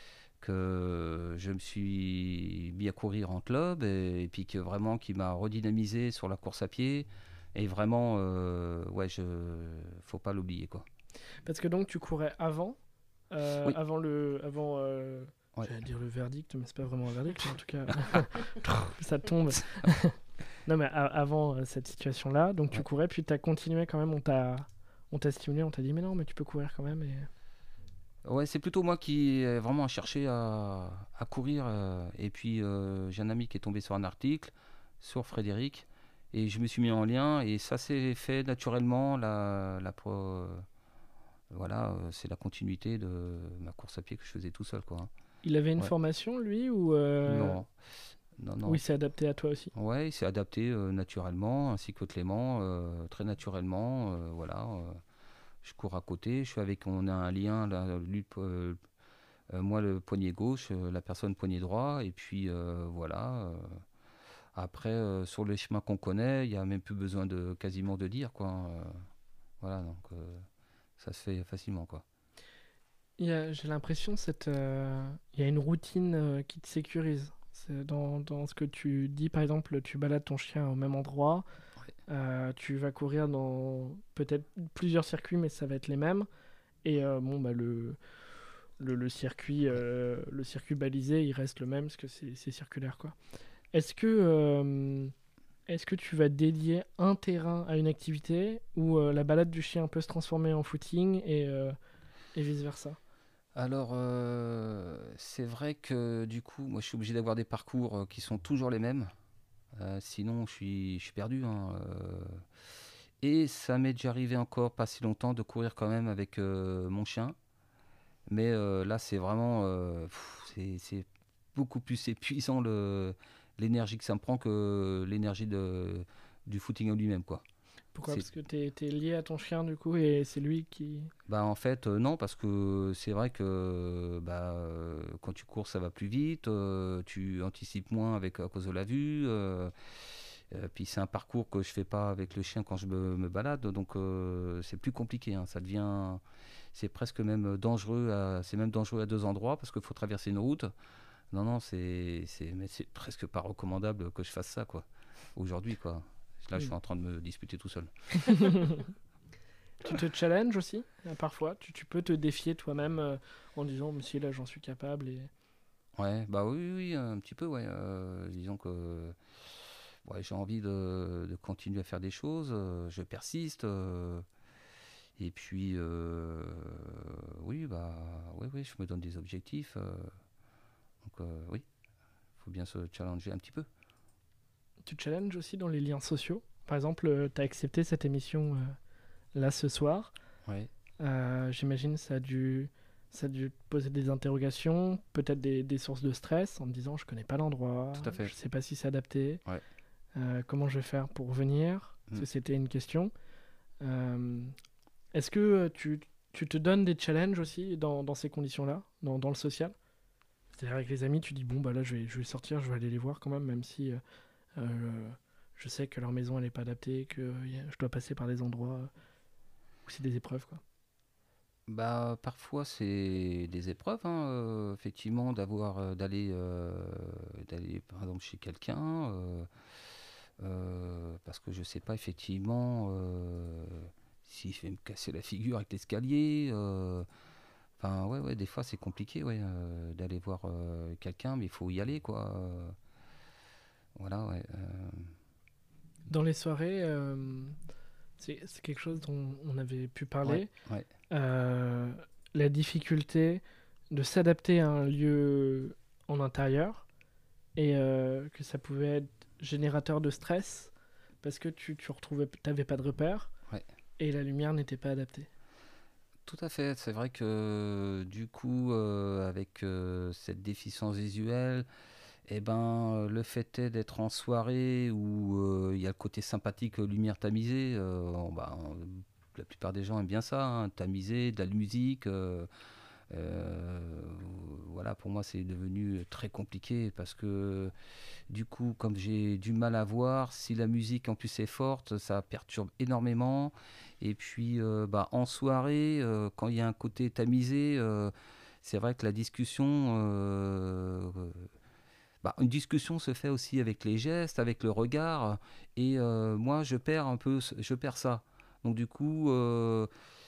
que je me suis mis à courir en club, et, et puis que vraiment qui m'a redynamisé sur la course à pied, et vraiment, euh, ouais, je, faut pas l'oublier, quoi. Parce que donc tu courais avant, euh, Oui. avant le... Avant, euh, Ouais. j'allais dire le verdict, mais c'est pas vraiment un verdict, mais en tout cas, ça tombe. Non, mais a- avant euh, cette situation-là, donc tu Ouais. courais, puis tu as continué quand même, on t'a, on t'a stimulé, on t'a dit mais non, mais tu peux courir quand même. Et... Ouais, c'est plutôt moi qui ai vraiment cherché à, à courir. euh, et puis euh, j'ai un ami qui est tombé sur un article sur Frédéric. Et je me suis mis en lien. Et ça s'est fait naturellement. La, la pro- voilà, euh, c'est la continuité de ma course à pied que je faisais tout seul, quoi, hein. Il avait une Ouais. formation, lui, ou, euh, Non, non, non. ou il s'est adapté à toi aussi? Ouais, il s'est adapté euh, naturellement, ainsi que Clément, euh, très naturellement. euh, voilà, euh, je cours à côté. Je suis avec, on a un lien, là, lui, euh, Euh, moi, le poignet gauche, euh, la personne poignet droit, et puis euh, voilà. euh, après, euh, sur les chemins qu'on connaît, il n'y a même plus besoin de quasiment de dire, quoi, hein, euh, voilà, donc euh, ça se fait facilement, quoi. Il y a- J'ai l'impression cette, euh, il y a une routine euh, qui te sécurise. C'est dans, dans ce que tu dis, par exemple, tu balades ton chien au même endroit, Ouais. euh, tu vas courir dans peut-être plusieurs circuits, mais ça va être les mêmes. Et euh, bon, bah, le, le, le circuit, euh, le circuit balisé, il reste le même parce que c'est c'est circulaire, quoi. Est-ce que, euh, est-ce que tu vas dédier un terrain à une activité où euh, la balade du chien peut se transformer en footing et, euh, et vice-versa? Alors, euh, c'est vrai que du coup, moi, je suis obligé d'avoir des parcours euh, qui sont toujours les mêmes. Euh, sinon, je suis, je suis perdu, hein, euh. Et ça m'est déjà arrivé encore pas si longtemps de courir quand même avec euh, mon chien. Mais euh, là, c'est vraiment, euh, pff, c'est c'est beaucoup plus épuisant le, l'énergie que ça me prend que l'énergie de, du footing en lui-même, quoi. Pourquoi? C'est, Parce que t'es, t'es lié à ton chien du coup et c'est lui qui... bah, en fait, euh, non, parce que c'est vrai que bah, euh, quand tu cours, ça va plus vite, euh, tu anticipes moins avec, à cause de la vue. Euh, euh, puis c'est un parcours que je fais pas avec le chien quand je me, me balade, donc euh, c'est plus compliqué, hein, ça devient, c'est presque même dangereux, à, c'est même dangereux à deux endroits parce qu'il faut traverser une route. Non, non, c'est, c'est, mais c'est presque pas recommandable que je fasse ça, quoi, aujourd'hui, quoi. Là, je suis en train de me disputer tout seul. Tu te challenges aussi, euh, parfois. Tu, tu peux te défier toi-même euh, en disant, mais si là j'en suis capable. Et... Ouais, bah oui, oui, oui, un petit peu, ouais. Euh, disons que ouais, j'ai envie de, de continuer à faire des choses, euh, je persiste. euh, et puis, euh, oui, bah, oui, oui, je me donne des objectifs. euh, donc, euh, oui, il faut bien se challenger un petit peu. Tu te challenges aussi dans les liens sociaux. Par exemple, tu as accepté cette émission euh, là ce soir. Ouais. Euh, J'imagine ça a dû ça a dû te poser des interrogations, peut-être des, des sources de stress en te disant je connais pas l'endroit, Tout à fait. je sais pas si c'est adapté, Ouais. euh, comment je vais faire pour venir, Mm. si c'était une question. Euh, Est-ce que euh, tu, tu te donnes des challenges aussi dans, dans ces conditions-là, dans, dans le social? C'est-à-dire avec les amis, tu dis bon bah là je vais, je vais sortir, je vais aller les voir quand même, même si euh, euh, je sais que leur maison elle est pas adaptée, que euh, y a- je dois passer par des endroits euh, où c'est des épreuves quoi. Bah, parfois c'est des épreuves, hein, euh, effectivement, d'avoir, euh, d'aller, euh, d'aller par exemple chez quelqu'un, euh, euh, parce que je sais pas effectivement euh, s'il fait me casser la figure avec l'escalier. euh, Enfin, ouais, ouais, des fois c'est compliqué, ouais, euh, d'aller voir euh, quelqu'un, mais il faut y aller, quoi. euh, voilà, ouais. euh, Dans les soirées, euh, c'est c'est quelque chose dont on avait pu ouais, parler. ouais. Euh, la difficulté de s'adapter à un lieu en intérieur et euh, que ça pouvait être générateur de stress parce que tu, tu retrouvais, t'avais pas de repère Ouais. et la lumière n'était pas adaptée. Tout à fait, c'est vrai que du coup, euh, avec euh, cette déficience visuelle, eh ben, euh, le fait est d'être en soirée où euh, il y a le côté sympathique, euh, lumière tamisée, euh, on- bah, on- la plupart des gens aiment bien ça, hein, tamisé, de la musique. euh, euh, voilà, pour moi, c'est devenu très compliqué parce que du coup, comme j'ai du mal à voir, si la musique en plus est forte, ça perturbe énormément. Et puis, euh, bah, en soirée, euh, quand il y a un côté tamisé, euh, c'est vrai que la discussion, euh, euh, bah, une discussion se fait aussi avec les gestes, avec le regard. Et euh, moi, je perds un peu, ce- je perds ça. Donc du coup, euh,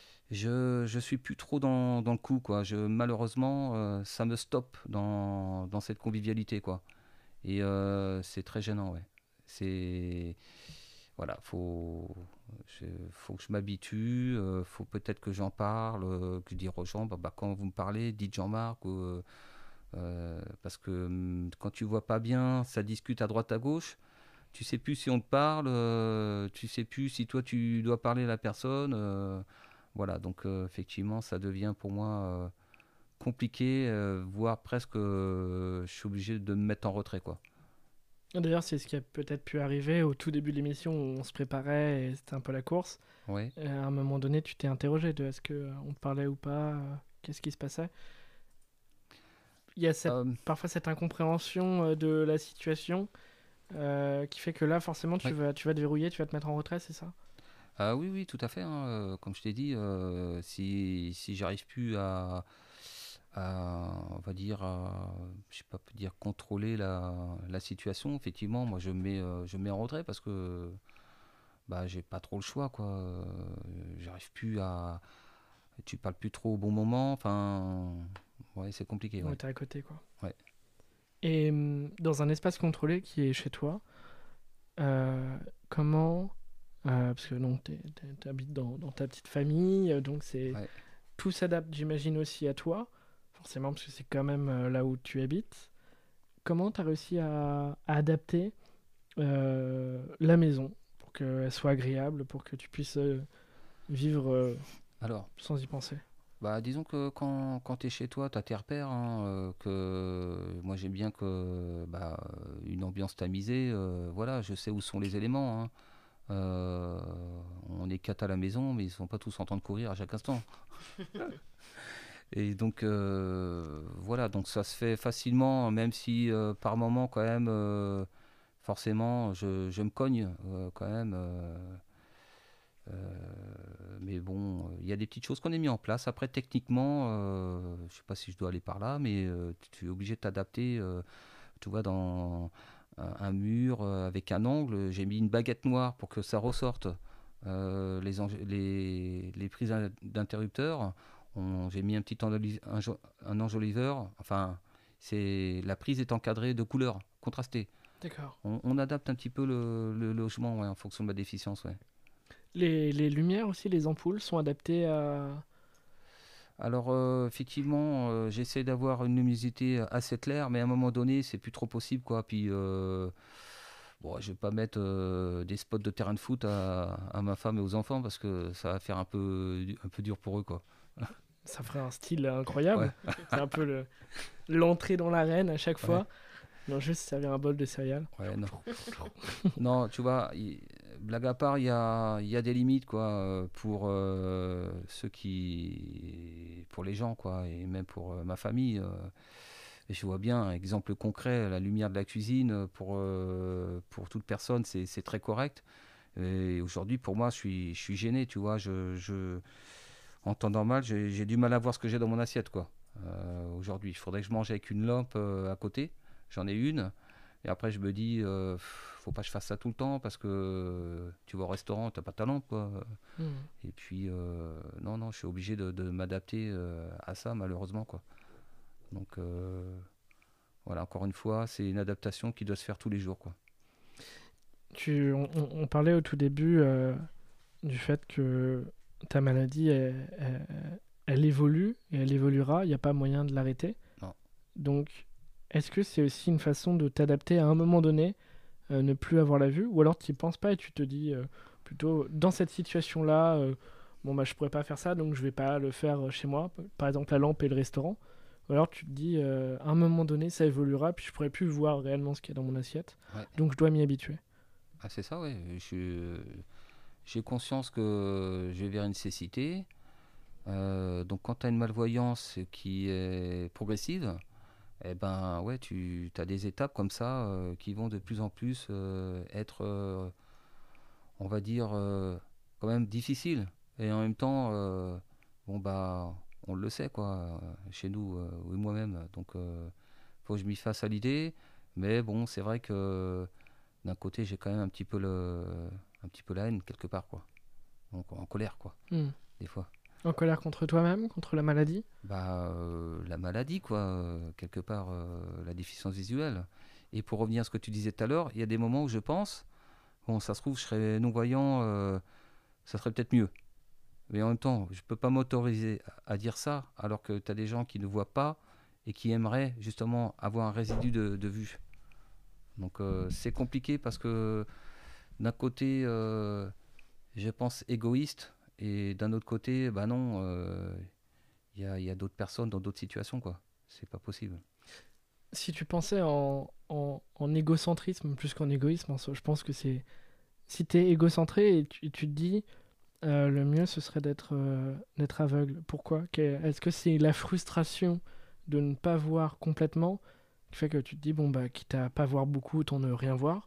je je suis plus trop dans, dans le coup, quoi. Je, malheureusement, euh, ça me stoppe dans, dans cette convivialité, quoi. Et euh, c'est très gênant, ouais. C'est voilà, faut je- faut que je m'habitue, euh, faut peut-être que j'en parle, euh, que je dire aux gens, bah, bah, quand vous me parlez, dites Jean-Marc, ou, euh, euh, parce que hum, quand tu vois pas bien, ça discute à droite à gauche, tu sais plus si on te parle, euh, tu sais plus si toi tu dois parler à la personne, euh, voilà, donc euh, effectivement, ça devient pour moi euh, compliqué, euh, voire presque, euh, je suis obligé de me mettre en retrait, quoi. D'ailleurs, c'est ce qui a peut-être pu arriver au tout début de l'émission où on se préparait et c'était un peu la course. Ouais. Et à un moment donné, tu t'es interrogé de est-ce qu'on te parlait ou pas, euh, qu'est-ce qui se passait. Il y a cette, Euh, parfois cette incompréhension euh, de la situation euh, qui fait que là, forcément, tu ouais. vas, tu vas te verrouiller, tu vas te mettre en retrait, c'est ça? Ah oui, oui, tout à fait, hein, euh, comme je t'ai dit, euh, si, si j'arrive plus à, à, on va dire, à, je sais pas dire contrôler la, la situation, effectivement, moi je me mets, euh, je me mets en retrait parce que bah j'ai pas trop le choix, quoi. Euh, j'arrive plus à, tu parles plus trop au bon moment, enfin, ouais, c'est compliqué, Ouais, ouais. t'es à côté, quoi. Ouais. Et hum, dans un espace contrôlé qui est chez toi, euh, comment... euh, parce que non, tu habites dans, dans ta petite famille, euh, donc c'est Ouais. tout s'adapte, j'imagine, aussi à toi, forcément, parce que c'est quand même euh, là où tu habites. Comment tu as réussi à, à adapter euh, la maison pour qu'elle soit agréable, pour que tu puisses euh, vivre euh, Alors, sans y penser? bah, disons que quand, quand tu es chez toi, tu as tes repères, hein, euh, que moi j'aime bien que bah, une ambiance tamisée, euh, voilà, je sais où sont les éléments, hein. Euh, on est quatre à la maison, mais ils sont pas tous en train de courir à chaque instant. Et donc euh, voilà, donc ça se fait facilement, même si euh, par moment quand même, euh, forcément, je, je me cogne euh, quand même. euh, euh, mais bon, il y a des petites choses qu'on a mis en place. Après, techniquement, euh, je sais pas si je dois aller par là, mais euh, tu es obligé de t'adapter. Euh, tu vois, dans un, un mur euh, avec un angle, j'ai mis une baguette noire pour que ça ressorte. Euh, les, enj- les, les prises in- d'interrupteurs, on- j'ai mis un petit enjoli- un, jo- un enjoliveur. Enfin, c'est la prise est encadrée de couleurs contrastées. D'accord. On, on adapte un petit peu le, le logement, ouais, en fonction de ma déficience. Ouais. Les, les lumières aussi, les ampoules sont adaptées à... Alors, euh, effectivement, euh, j'essaie d'avoir une luminosité assez claire, mais à un moment donné, c'est plus trop possible, quoi. Puis, euh, bon, je vais pas mettre euh, des spots de terrain de foot à, à ma femme et aux enfants parce que ça va faire un peu, un peu dur pour eux, quoi. Ça ferait un style Ouais, incroyable. C'est un peu le- l'entrée dans l'arène à chaque ouais, fois. Non, juste servir un bol de céréales. ouais, non. Non, tu vois, il- blague à part, il y a, il y a des limites, quoi, euh, pour euh, ceux qui, pour les gens, quoi, et même pour euh, ma famille. euh, et je vois bien, un exemple concret, la lumière de la cuisine, euh, pour, euh, pour toute personne, c'est c'est très correct. Et aujourd'hui, pour moi, je suis, je suis gêné, tu vois. Je, je, en temps normal, j'ai j'ai du mal à voir ce que j'ai dans mon assiette, quoi. Euh, aujourd'hui, il faudrait que je mange avec une lampe euh, à côté. J'en ai une. Et après, je me dis, euh, pff, faut pas que je fasse ça tout le temps parce que euh, tu vas au restaurant, t'as pas ta lampe, quoi. Hmm. Et puis, euh, non, non, je suis obligé de, de m'adapter euh, à ça, malheureusement, quoi. Donc, euh, voilà, encore une fois, c'est une adaptation qui doit se faire tous les jours, quoi. Tu, on, on- on parlait au tout début euh, du fait que ta maladie, elle, elle- elle évolue et elle évoluera. Il n'y a pas moyen de l'arrêter. Non. Donc, est-ce que c'est aussi une façon de t'adapter à un moment donné, euh, ne plus avoir la vue, ou alors tu n'y penses pas et tu te dis euh, plutôt dans cette situation-là, euh, bon bah je pourrais pas faire ça, donc je vais pas le faire euh, chez moi. Par exemple la lampe et le restaurant. Ou alors tu te dis euh, à un moment donné ça évoluera, puis je pourrais plus voir réellement ce qu'il y a dans mon assiette, Ouais. donc je dois m'y habituer. Ah, c'est ça, ouais. Je suis- J'ai conscience que je vais vers une cécité. Euh, donc, quand tu as une malvoyance qui est progressive, eh ben, ouais, tu as des étapes comme ça euh, qui vont de plus en plus euh, être, euh, on va dire, euh, quand même difficiles. Et en même temps, euh, bon, bah, on le sait, quoi, euh, chez nous, euh, ou moi-même. Donc, euh, faut que je m'y fasse à l'idée. Mais bon, c'est vrai que d'un côté, j'ai quand même un petit peu le, un petit peu la haine quelque part, quoi. Donc, en colère, quoi, Hmm. des fois. En colère contre toi-même, contre la maladie. Bah, euh, la maladie, quoi, euh, quelque part, euh, la déficience visuelle. Et pour revenir à ce que tu disais tout à l'heure, il y a des moments où je pense, bon, ça se trouve, je serais non-voyant, euh, ça serait peut-être mieux. Mais en même temps, je peux pas m'autoriser à, à dire ça, alors que tu as des gens qui ne voient pas et qui aimeraient justement avoir un résidu de, de vue. Donc, euh, c'est compliqué parce que d'un côté, euh, je pense égoïste, et d'un autre côté, bah non, euh, il y a, il y a d'autres personnes dans d'autres situations, quoi. C'est pas possible. Si tu pensais en, en, en égocentrisme plus qu'en égoïsme, en soi, je pense que c'est si tu es égocentré et tu, et tu te dis euh, le mieux ce serait d'être euh, d'être aveugle. Pourquoi? Que- Est-ce que c'est la frustration de ne pas voir complètement qui fait que tu te dis bon bah quitte à pas voir beaucoup autant ne rien voir,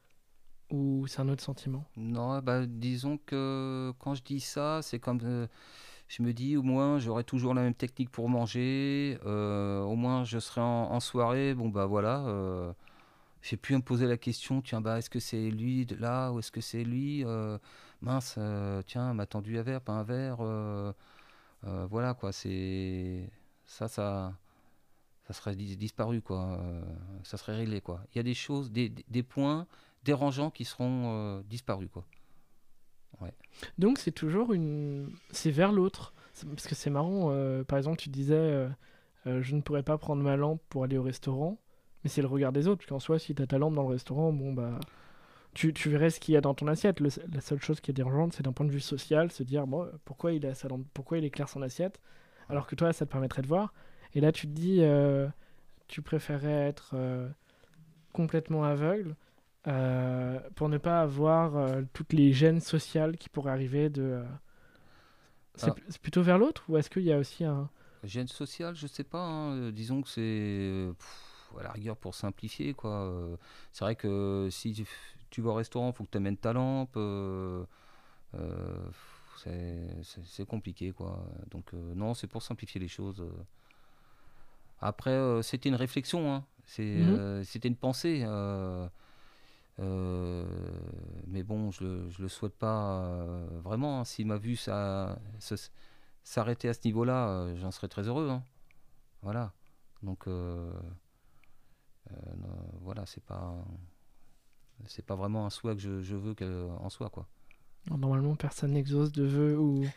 ou c'est un autre sentiment? Non, bah disons que quand je dis ça, c'est comme euh, je me dis au moins j'aurai toujours la même technique pour manger, euh, au moins je serai en, en soirée, bon bah voilà, euh, j'ai pu me poser la question, tiens bah est-ce que c'est lui de là ou est-ce que c'est lui, euh, mince, euh, tiens m'a tendu un verre, pas un verre, euh, euh, voilà quoi, c'est ça, ça, ça serait dis- disparu quoi, euh, ça serait réglé quoi. Il y a des choses, des, des- des points dérangeants qui seront euh, disparus quoi. Ouais. Donc c'est toujours une c'est vers l'autre. C'est- parce que c'est marrant, euh, par exemple tu disais euh, euh, je ne pourrais pas prendre ma lampe pour aller au restaurant, mais c'est le regard des autres, parce qu'en soi si tu as ta lampe dans le restaurant, bon bah tu, tu verrais ce qu'il y a dans ton assiette. Le- la seule chose qui est dérangeante, c'est d'un point de vue social, se dire bon, pourquoi il a sa lampe, pourquoi il éclaire son assiette, alors que toi, ça te permettrait de voir. Et là, tu te dis, euh, tu préférais être euh, complètement aveugle euh, pour ne pas avoir euh, toutes les gênes sociales qui pourraient arriver de. euh, C'est Ah, p- c'est plutôt vers l'autre ou est-ce qu'il y a aussi un. gêne sociale, je sais pas, hein, euh, disons que c'est euh, pff, à la rigueur pour simplifier quoi. euh, c'est vrai que si tu, tu vas au restaurant, faut que tu amènes ta lampe. euh, euh, pff, c'est c'est- c'est compliqué quoi. Donc euh, non, c'est pour simplifier les choses. euh. Après, euh, c'était une réflexion, hein. C'est, Mhm. euh, c'était une pensée. euh, euh, mais bon, je le, je le souhaite pas euh, vraiment, hein. Si ma vue ça, ça- s'arrêtait à ce niveau-là, euh, j'en serais très heureux, hein. Voilà. Donc euh, euh, non, voilà, c'est pas c'est pas vraiment un souhait que je, je veux que, en soi quoi. Alors, normalement, personne n'exauce de vœux ou.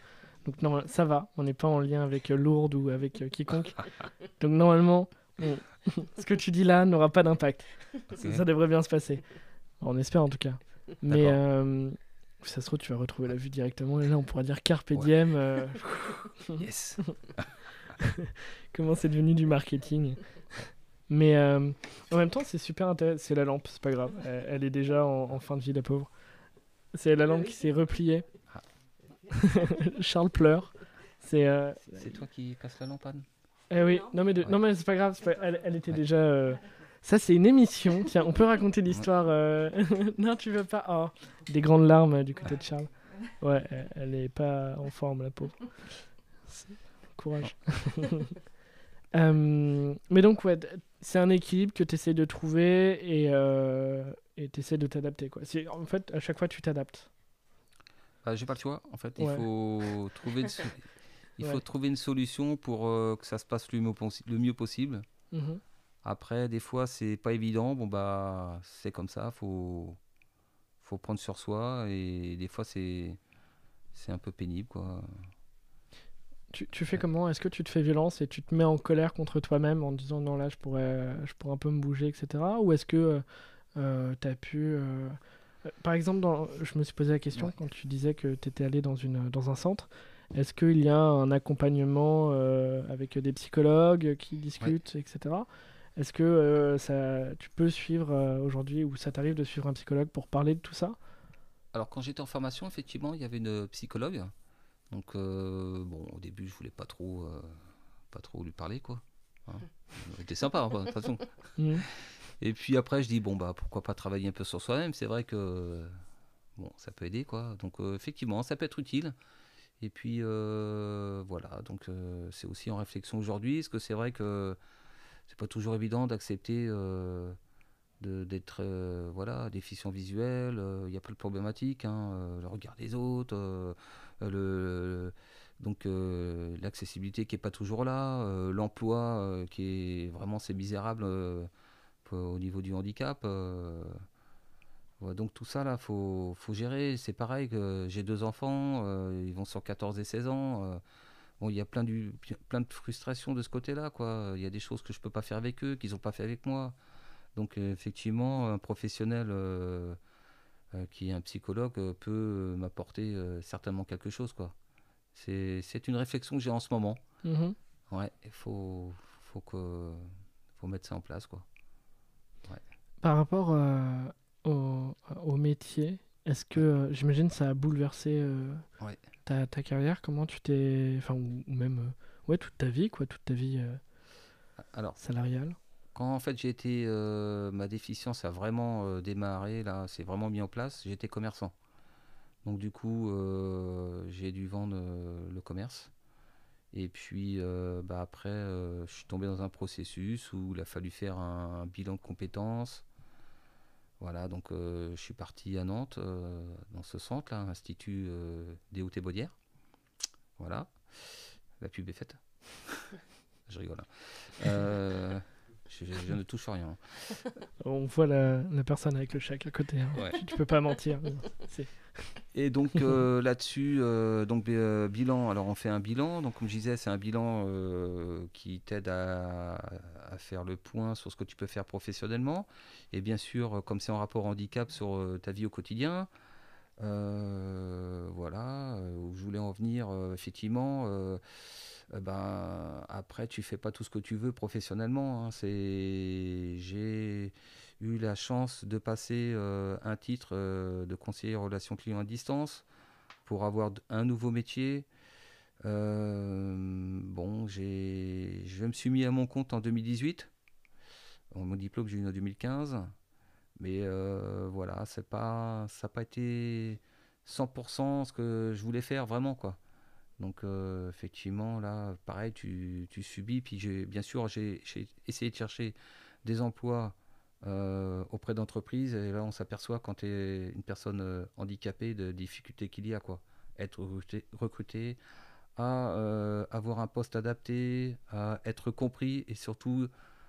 Donc non, ça va, on n'est pas en lien avec euh, Lourdes ou avec euh, quiconque. Donc normalement, on- ce que tu dis là n'aura pas d'impact. Ça, Ok. ça devrait bien se passer. On espère en tout cas. Mais D'accord. euh, ça se trouve, tu vas retrouver la vue directement et là, on pourra dire Carpe Ouais. diem. euh, Yes. comment c'est devenu du marketing. Mais euh, en même temps, c'est super intéressant. C'est la lampe, c'est pas grave. Elle, elle est déjà en, en fin de vie, la pauvre. C'est la lampe qui s'est repliée. Ah. Charles pleure. C'est. euh, C'est toi qui casse la lampade. Eh oui, non mais, de- Ouais. non mais c'est pas grave, c'est pas- Elle, elle était Ouais. déjà... euh, Ça c'est une émission, tiens, on peut raconter l'histoire... euh, non, tu veux pas... Oh, des grandes larmes euh, du côté de Charles. Ouais, elle, elle est pas en forme, la pauvre. C'est- Courage. Euh, mais donc, ouais, d- c'est un équilibre que tu essaies de trouver et euh, tu essaies de t'adapter, quoi. C'est- En fait, à chaque fois, tu t'adaptes. Bah, j'ai pas le choix. En fait, il Ouais. faut trouver une, so- il faut Ouais. trouver une solution pour euh, que ça se passe le mieux, possi- le mieux possible. Mhm. Après, des fois, c'est pas évident. Bon, bah, c'est comme ça. Faut, faut prendre sur soi. Et des fois, c'est, c'est un peu pénible, quoi. Tu, tu fais comment? Est-ce que tu te fais violence et tu te mets en colère contre toi-même en disant non, là, je pourrais, je pourrais un peu me bouger, et cetera. Ou est-ce que tu as pu. euh, euh, Par exemple, dans- je me suis posé la question Ouais. quand tu disais que tu étais allé dans, une, dans un centre. Est-ce qu'il y a un accompagnement euh, avec des psychologues qui discutent, et cetera. Est-ce que euh, ça, tu peux suivre euh, aujourd'hui ou ça t'arrive de suivre un psychologue pour parler de tout ça? Alors, quand j'étais en formation, effectivement, il y avait une psychologue. Donc, euh, bon, au début, je voulais pas trop, euh, pas trop lui parler, quoi. Hein. C'était sympa, hein, de toute façon. Mhm. Et puis après, je dis, bon, bah, pourquoi pas travailler un peu sur soi-même. C'est vrai que, bon, ça peut aider, quoi. Donc, euh, effectivement, ça peut être utile. Et puis, euh, voilà. Donc, euh, c'est aussi en réflexion aujourd'hui. Parce que c'est vrai que c'est pas toujours évident d'accepter euh, de- d'être, euh, voilà, déficient visuel. euh, Il y a plein de problématiques, hein, euh, le regard des autres, euh, euh, le, donc euh, l'accessibilité qui est pas toujours là, euh, l'emploi euh, qui est vraiment c'est misérable euh, pour- au niveau du handicap. euh, ouais, donc tout ça là, faut, faut gérer. C'est pareil que j'ai deux enfants, euh, ils vont sur quatorze et seize ans. euh, bon, il y a plein, du, plein de frustrations de ce côté-là, quoi. Il y a des choses que je peux pas faire avec eux, qu'ils ont pas fait avec moi. Donc euh, effectivement, un professionnel euh, euh, qui est un psychologue euh, peut euh, m'apporter euh, certainement quelque chose, quoi. C'est, c'est une réflexion que j'ai en ce moment. Mhm. Ouais, il faut, faut, que, faut mettre ça en place, quoi. Par rapport euh, au, au métier, est-ce que euh, j'imagine ça a bouleversé euh, Ouais. ta, ta carrière? Comment tu t'es, enfin ou, ou même euh, ouais toute ta vie quoi, toute ta vie euh, Alors, salariale. quand en fait j'ai été, euh, ma déficience a vraiment euh, démarré, là, c'est vraiment mis en place, j'étais commerçant. Donc du coup, euh, j'ai dû vendre euh, le commerce. Et puis euh, bah, après, euh, je suis tombé dans un processus où il a fallu faire un, un bilan de compétences. Voilà, donc euh, je suis parti à Nantes, euh, dans ce centre, là, Institut euh, D O T Baudière. Voilà, la pub est faite. Je rigole, hein. Euh, je, je- je ne touche à rien. On voit la, la personne avec le chèque à côté. Hein. Ouais. Tu, tu peux pas mentir. C'est... Et donc euh, là-dessus, euh, donc euh, bilan. Alors on fait un bilan. Donc comme je disais, c'est un bilan euh, qui t'aide à, à faire le point sur ce que tu peux faire professionnellement. Et bien sûr, euh, comme c'est en rapport handicap, sur euh, ta vie au quotidien. Euh, voilà, euh, où je voulais en venir. euh, effectivement, euh, euh, ben après tu fais pas tout ce que tu veux professionnellement. Hein. C'est, j'ai eu la chance de passer euh, un titre euh, de conseiller relations clients à distance pour avoir d- un nouveau métier. Euh, bon, j'ai, je me suis mis à mon compte en deux mille dix-huit. Bon, mon diplôme, j'ai eu en deux mille quinze. Mais euh, voilà, c'est pas, ça n'a pas été cent pour cent ce que je voulais faire vraiment, quoi. Donc euh, effectivement, là, pareil, tu, tu subis. Puis j'ai, bien sûr, j'ai, j'ai essayé de chercher des emplois euh, auprès d'entreprises. Et là, on s'aperçoit quand tu es une personne euh, handicapée de difficultés qu'il y a, quoi. Être recruté, recruté à euh, avoir un poste adapté, à être compris et surtout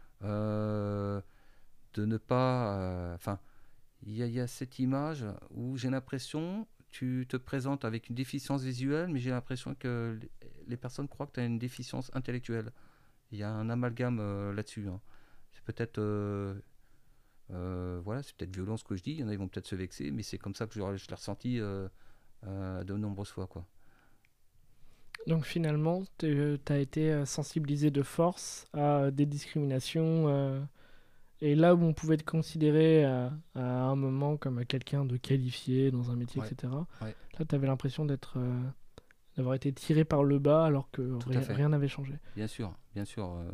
euh, de ne pas... Enfin, il y, a- il y a cette image où j'ai l'impression tu te présentes avec une déficience visuelle, mais j'ai l'impression que les, les personnes croient que tu as une déficience intellectuelle. Il y a un amalgame euh, là-dessus. Hein. C'est peut-être euh, euh, voilà, c'est peut-être violent ce que je dis. Il y en a qui vont peut-être se vexer, mais c'est comme ça que je, je l'ai ressenti euh, euh, de nombreuses fois, quoi. Donc finalement, tu as été euh, sensibilisé de force à des discriminations. euh, et là où on pouvait te considérer à, à un moment comme quelqu'un de qualifié dans un métier, Ouais, et cetera. ouais. Là, tu avais l'impression d'être, euh, d'avoir été tiré par le bas alors que Tout à rien fait. rien n'avait changé. Bien sûr, bien sûr. euh,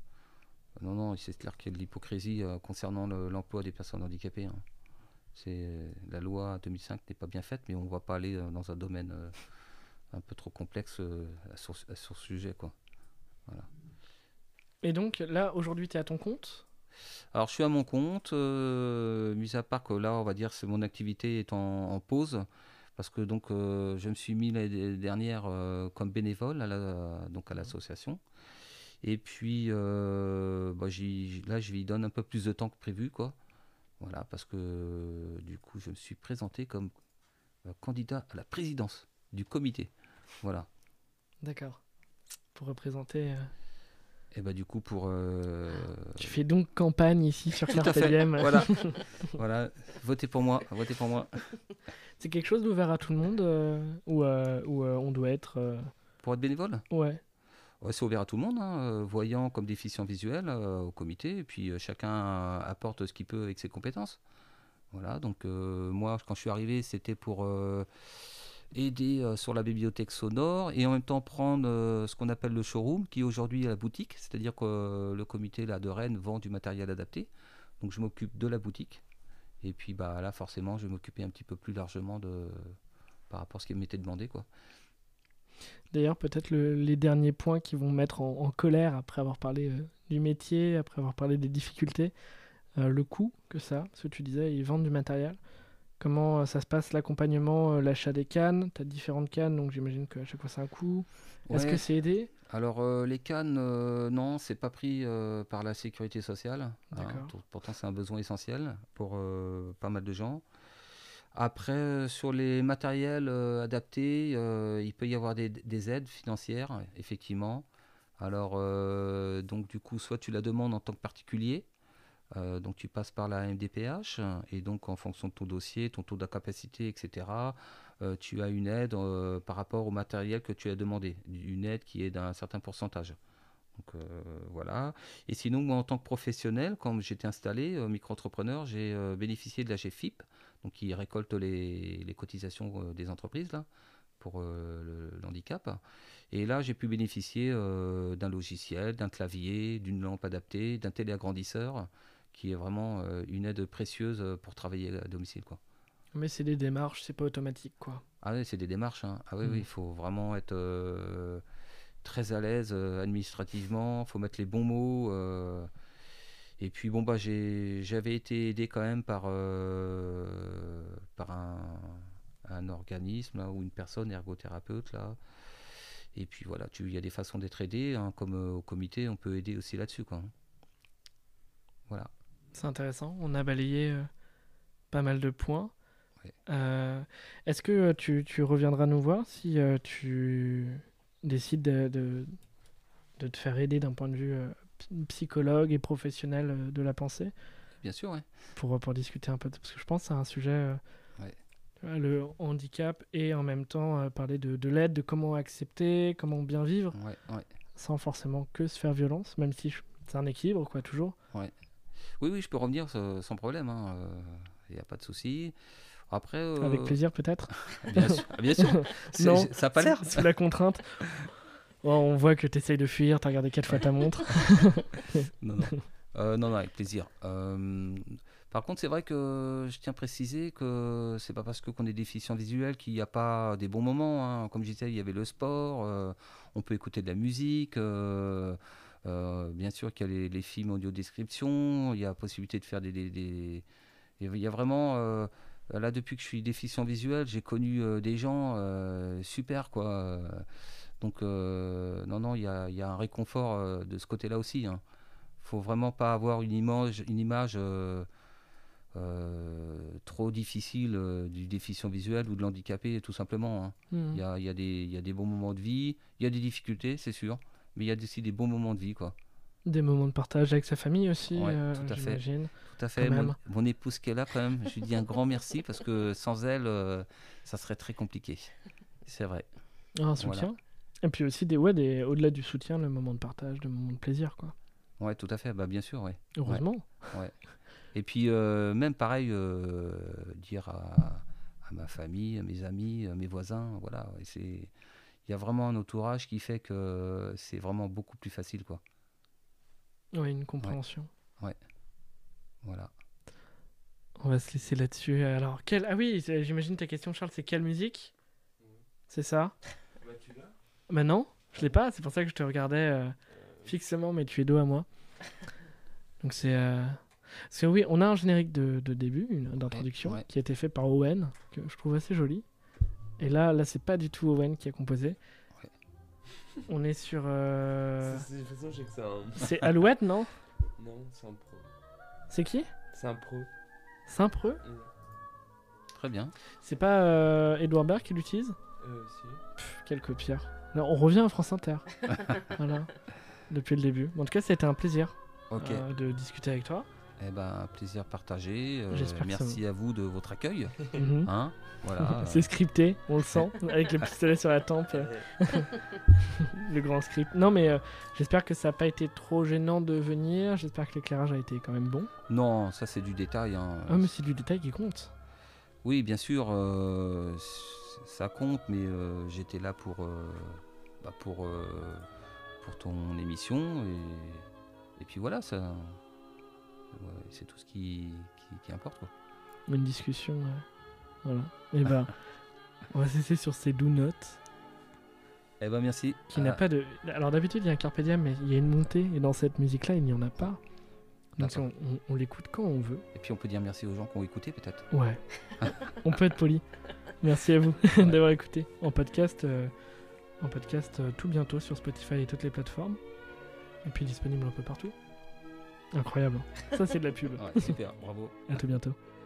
non, non, c'est clair qu'il y a de l'hypocrisie euh, concernant le- l'emploi des personnes handicapées. Hein. C'est, la loi deux mille cinq n'est pas bien faite, mais on ne va pas aller euh, dans un domaine euh, un peu trop complexe euh, à, sur, à sur ce sujet, quoi. Voilà. Et donc là, aujourd'hui, tu es à ton compte. Alors, je suis à mon compte, euh, mis à part que là, on va dire, c'est mon activité est en, en pause, parce que donc, euh, je me suis mis l'année dernière euh, comme bénévole à la, donc à l'association. Et puis, euh, bah, j'y- là, je lui donne un peu plus de temps que prévu, quoi. Voilà, parce que euh, du coup, je me suis présenté comme euh, candidat à la présidence du comité. Voilà. D'accord. Pour représenter. euh, Et bah, du coup, pour. euh, Tu fais donc campagne ici sur Tout à Carpe fait. Diem. Voilà. Voilà. Votez pour moi. Votez pour moi. C'est quelque chose d'ouvert à tout le monde euh, ou euh, ou, euh, on doit être. euh, Pour être bénévole, Ouais. ouais, c'est ouvert à tout le monde, hein, euh, voyant comme déficient visuel euh, au comité. Et puis, euh, chacun euh, apporte ce qu'il peut avec ses compétences. Voilà. Donc, euh, moi, quand je suis arrivé, c'était pour. euh, aider euh, sur la bibliothèque sonore et en même temps prendre euh, ce qu'on appelle le showroom qui aujourd'hui est la boutique, c'est-à-dire que euh, le comité là, de Rennes vend du matériel adapté, donc je m'occupe de la boutique et puis bah, là forcément je vais m'occuper un petit peu plus largement de, par rapport à ce qui m'était demandé, quoi. D'ailleurs, peut-être le- les derniers points qui vont mettre en, en colère après avoir parlé euh, du métier, après avoir parlé des difficultés, euh, le coût que ça, ce que tu disais, ils vendent du matériel. Comment euh, ça se passe l'accompagnement, euh, l'achat des cannes? Tu as différentes cannes, donc j'imagine qu'à chaque fois c'est un coût. Est-ce que Ouais, c'est aidé? alors euh, les cannes, euh, non, c'est pas pris euh, par la sécurité sociale, hein. D'accord. Pour- pourtant c'est un besoin essentiel pour euh, pas mal de gens. Après, euh, sur les matériels euh, adaptés, euh, il peut y avoir des, des aides financières, effectivement. Alors, euh, donc du coup, soit tu la demandes en tant que particulier, euh, donc tu passes par la M D P H, et donc en fonction de ton dossier, ton taux d'incapacité, et cetera, euh, tu as une aide euh, par rapport au matériel que tu as demandé, une aide qui est d'un certain pourcentage. Donc euh, voilà. Et sinon, moi, en tant que professionnel, quand j'étais installé, euh, micro-entrepreneur, j'ai euh, bénéficié de la G F I P, donc qui récolte les, les cotisations euh, des entreprises là, pour euh, le, le handicap. Et là, j'ai pu bénéficier euh, d'un logiciel, d'un clavier, d'une lampe adaptée, d'un téléagrandisseur, qui est vraiment euh, une aide précieuse euh, pour travailler à domicile, quoi. Mais c'est des démarches, c'est pas automatique, quoi. Ah oui, c'est des démarches, hein. Ah oui, Mm. oui, il faut vraiment être euh, très à l'aise euh, administrativement, il faut mettre les bons mots. euh, Et puis bon bah j'ai j'avais été aidé quand même par euh, par un, un organisme là, ou une personne ergothérapeute là. Et puis voilà, tu il y a des façons d'être aidé, hein, comme euh, au comité, on peut aider aussi là-dessus, quoi. Voilà. C'est intéressant. On a balayé euh, pas mal de points. Ouais. Euh, Est-ce que euh, tu, tu reviendras nous voir si euh, tu décides de, de, de te faire aider d'un point de vue euh, p- psychologue et professionnel euh, de la pensée Bien sûr, ouais. pour, pour discuter un peu de- parce que je pense que c'est un sujet, euh, Ouais. tu vois, le handicap et en même temps euh, parler de, de l'aide, de comment accepter, comment bien vivre Ouais, ouais. sans forcément que se faire violence, même si je- c'est un équilibre, quoi, toujours. Oui, oui, je peux revenir euh, sans problème, hein, il n'y a pas de souci. Après, euh, Avec plaisir, peut-être. bien sûr, bien sûr. C'est- Non, ça a pas l'air. sous la contrainte. Oh, on voit que tu essayes de fuir, tu as regardé quatre fois ta montre. Non, non. Euh, non, non, avec plaisir. Euh, par contre, c'est vrai que je tiens à préciser que c'est pas parce que qu'on est déficient visuel qu'il n'y a pas des bons moments, hein. Comme je disais, il y avait le sport, euh, on peut écouter de la musique, euh, euh, bien sûr qu'il y a les, les films audio description, il y a la possibilité de faire des... des- des- Il y a vraiment... euh, là, depuis que je suis déficient visuel, j'ai connu euh, des gens euh, super, quoi. Euh, Donc, euh, non, non, il y a, il y a un réconfort euh, de ce côté-là aussi, hein. Faut vraiment pas avoir une image, une image euh, euh, trop difficiles, euh, du déficient visuel ou de l'handicapé, tout simplement. Hein. Mhm. Il y a, il y a des, il y a des bons moments de vie, il y a des difficultés, c'est sûr, mais il y a aussi des bons moments de vie, quoi. Des moments de partage avec sa famille aussi, Ouais, euh, tout à fait. j'imagine. Tout à fait. Quand Mon, même. mon épouse qui est là, quand même, je lui dis un grand merci parce que sans elle, euh, ça serait très compliqué. C'est vrai. Un soutien. Et puis aussi, des, ouais, des, au-delà du soutien, le moment de partage, le moment de plaisir, quoi. Ouais, tout à fait. Bah, bien sûr, ouais. Heureusement. Ouais. Et puis, euh, même pareil, euh, dire à, à ma famille, à mes amis, à mes voisins, voilà. ouais, c'est, il y a vraiment un entourage qui fait que c'est vraiment beaucoup plus facile, quoi. Ouais, une compréhension. Voilà. On va se laisser là-dessus. Alors, quelle... Ah oui, c'est- j'imagine ta question, Charles, c'est quelle musique? C'est ça? Bah, tu l'as? Bah non, je l'ai pas. C'est pour ça que je te regardais euh, fixement, mais tu es dos à moi. Donc c'est... euh, Parce que oui, on a un générique de, de début, une d'introduction, ouais. qui a été fait par Owen, que je trouve assez joli. Et là, là, c'est pas du tout Owen qui a composé. Ouais. On est sur... euh, C'est- c'est- De toute façon, j'ai que c'est un. C'est Alouette, non? Non, c'est un pro. C'est qui? C'est un pro. Saint-Preux? Mm. Très bien. C'est pas euh, Edouard Baird qui l'utilise? Euh, si. Pff, quel copieur. Alors, on revient à France Inter. Voilà. Depuis le début. En tout cas, c'était un plaisir Ok. euh, de discuter avec toi. Eh ben, plaisir partagé. Euh, J'espère que ça merci à vous de votre accueil. Mhm. Hein voilà. C'est scripté, on le sent, avec le pistolet sur la tempe, euh, le grand script. Non, mais euh, j'espère que ça n'a pas été trop gênant de venir. J'espère que l'éclairage a été quand même bon. Non, ça c'est du détail. Hein. Ah, mais c'est du détail qui compte. Oui, bien sûr, euh, c- ça compte, mais euh, j'étais là pour, euh, bah, pour, euh, pour ton émission. Et, et puis voilà, ça, ouais, c'est tout ce qui, qui, qui importe. Quoi. Une discussion. euh, Voilà. Et ben, on va se laisser sur ces do notes Eh ben merci. qui n'a Ah, pas de. Alors d'habitude, il y a un carpe diem, mais il y a une montée, et dans cette musique-là, il n'y en a pas. Donc D'accord. on, on- on l'écoute quand on veut. Et puis on peut dire merci aux gens qui ont écouté peut-être. Ouais. On peut être poli. Merci à vous d'avoir écouté. En podcast, euh, en podcast euh, tout bientôt sur Spotify et toutes les plateformes. Et puis disponible un peu partout. Incroyable. Ça, c'est de la pub. Ouais, super, bravo. À tout bientôt.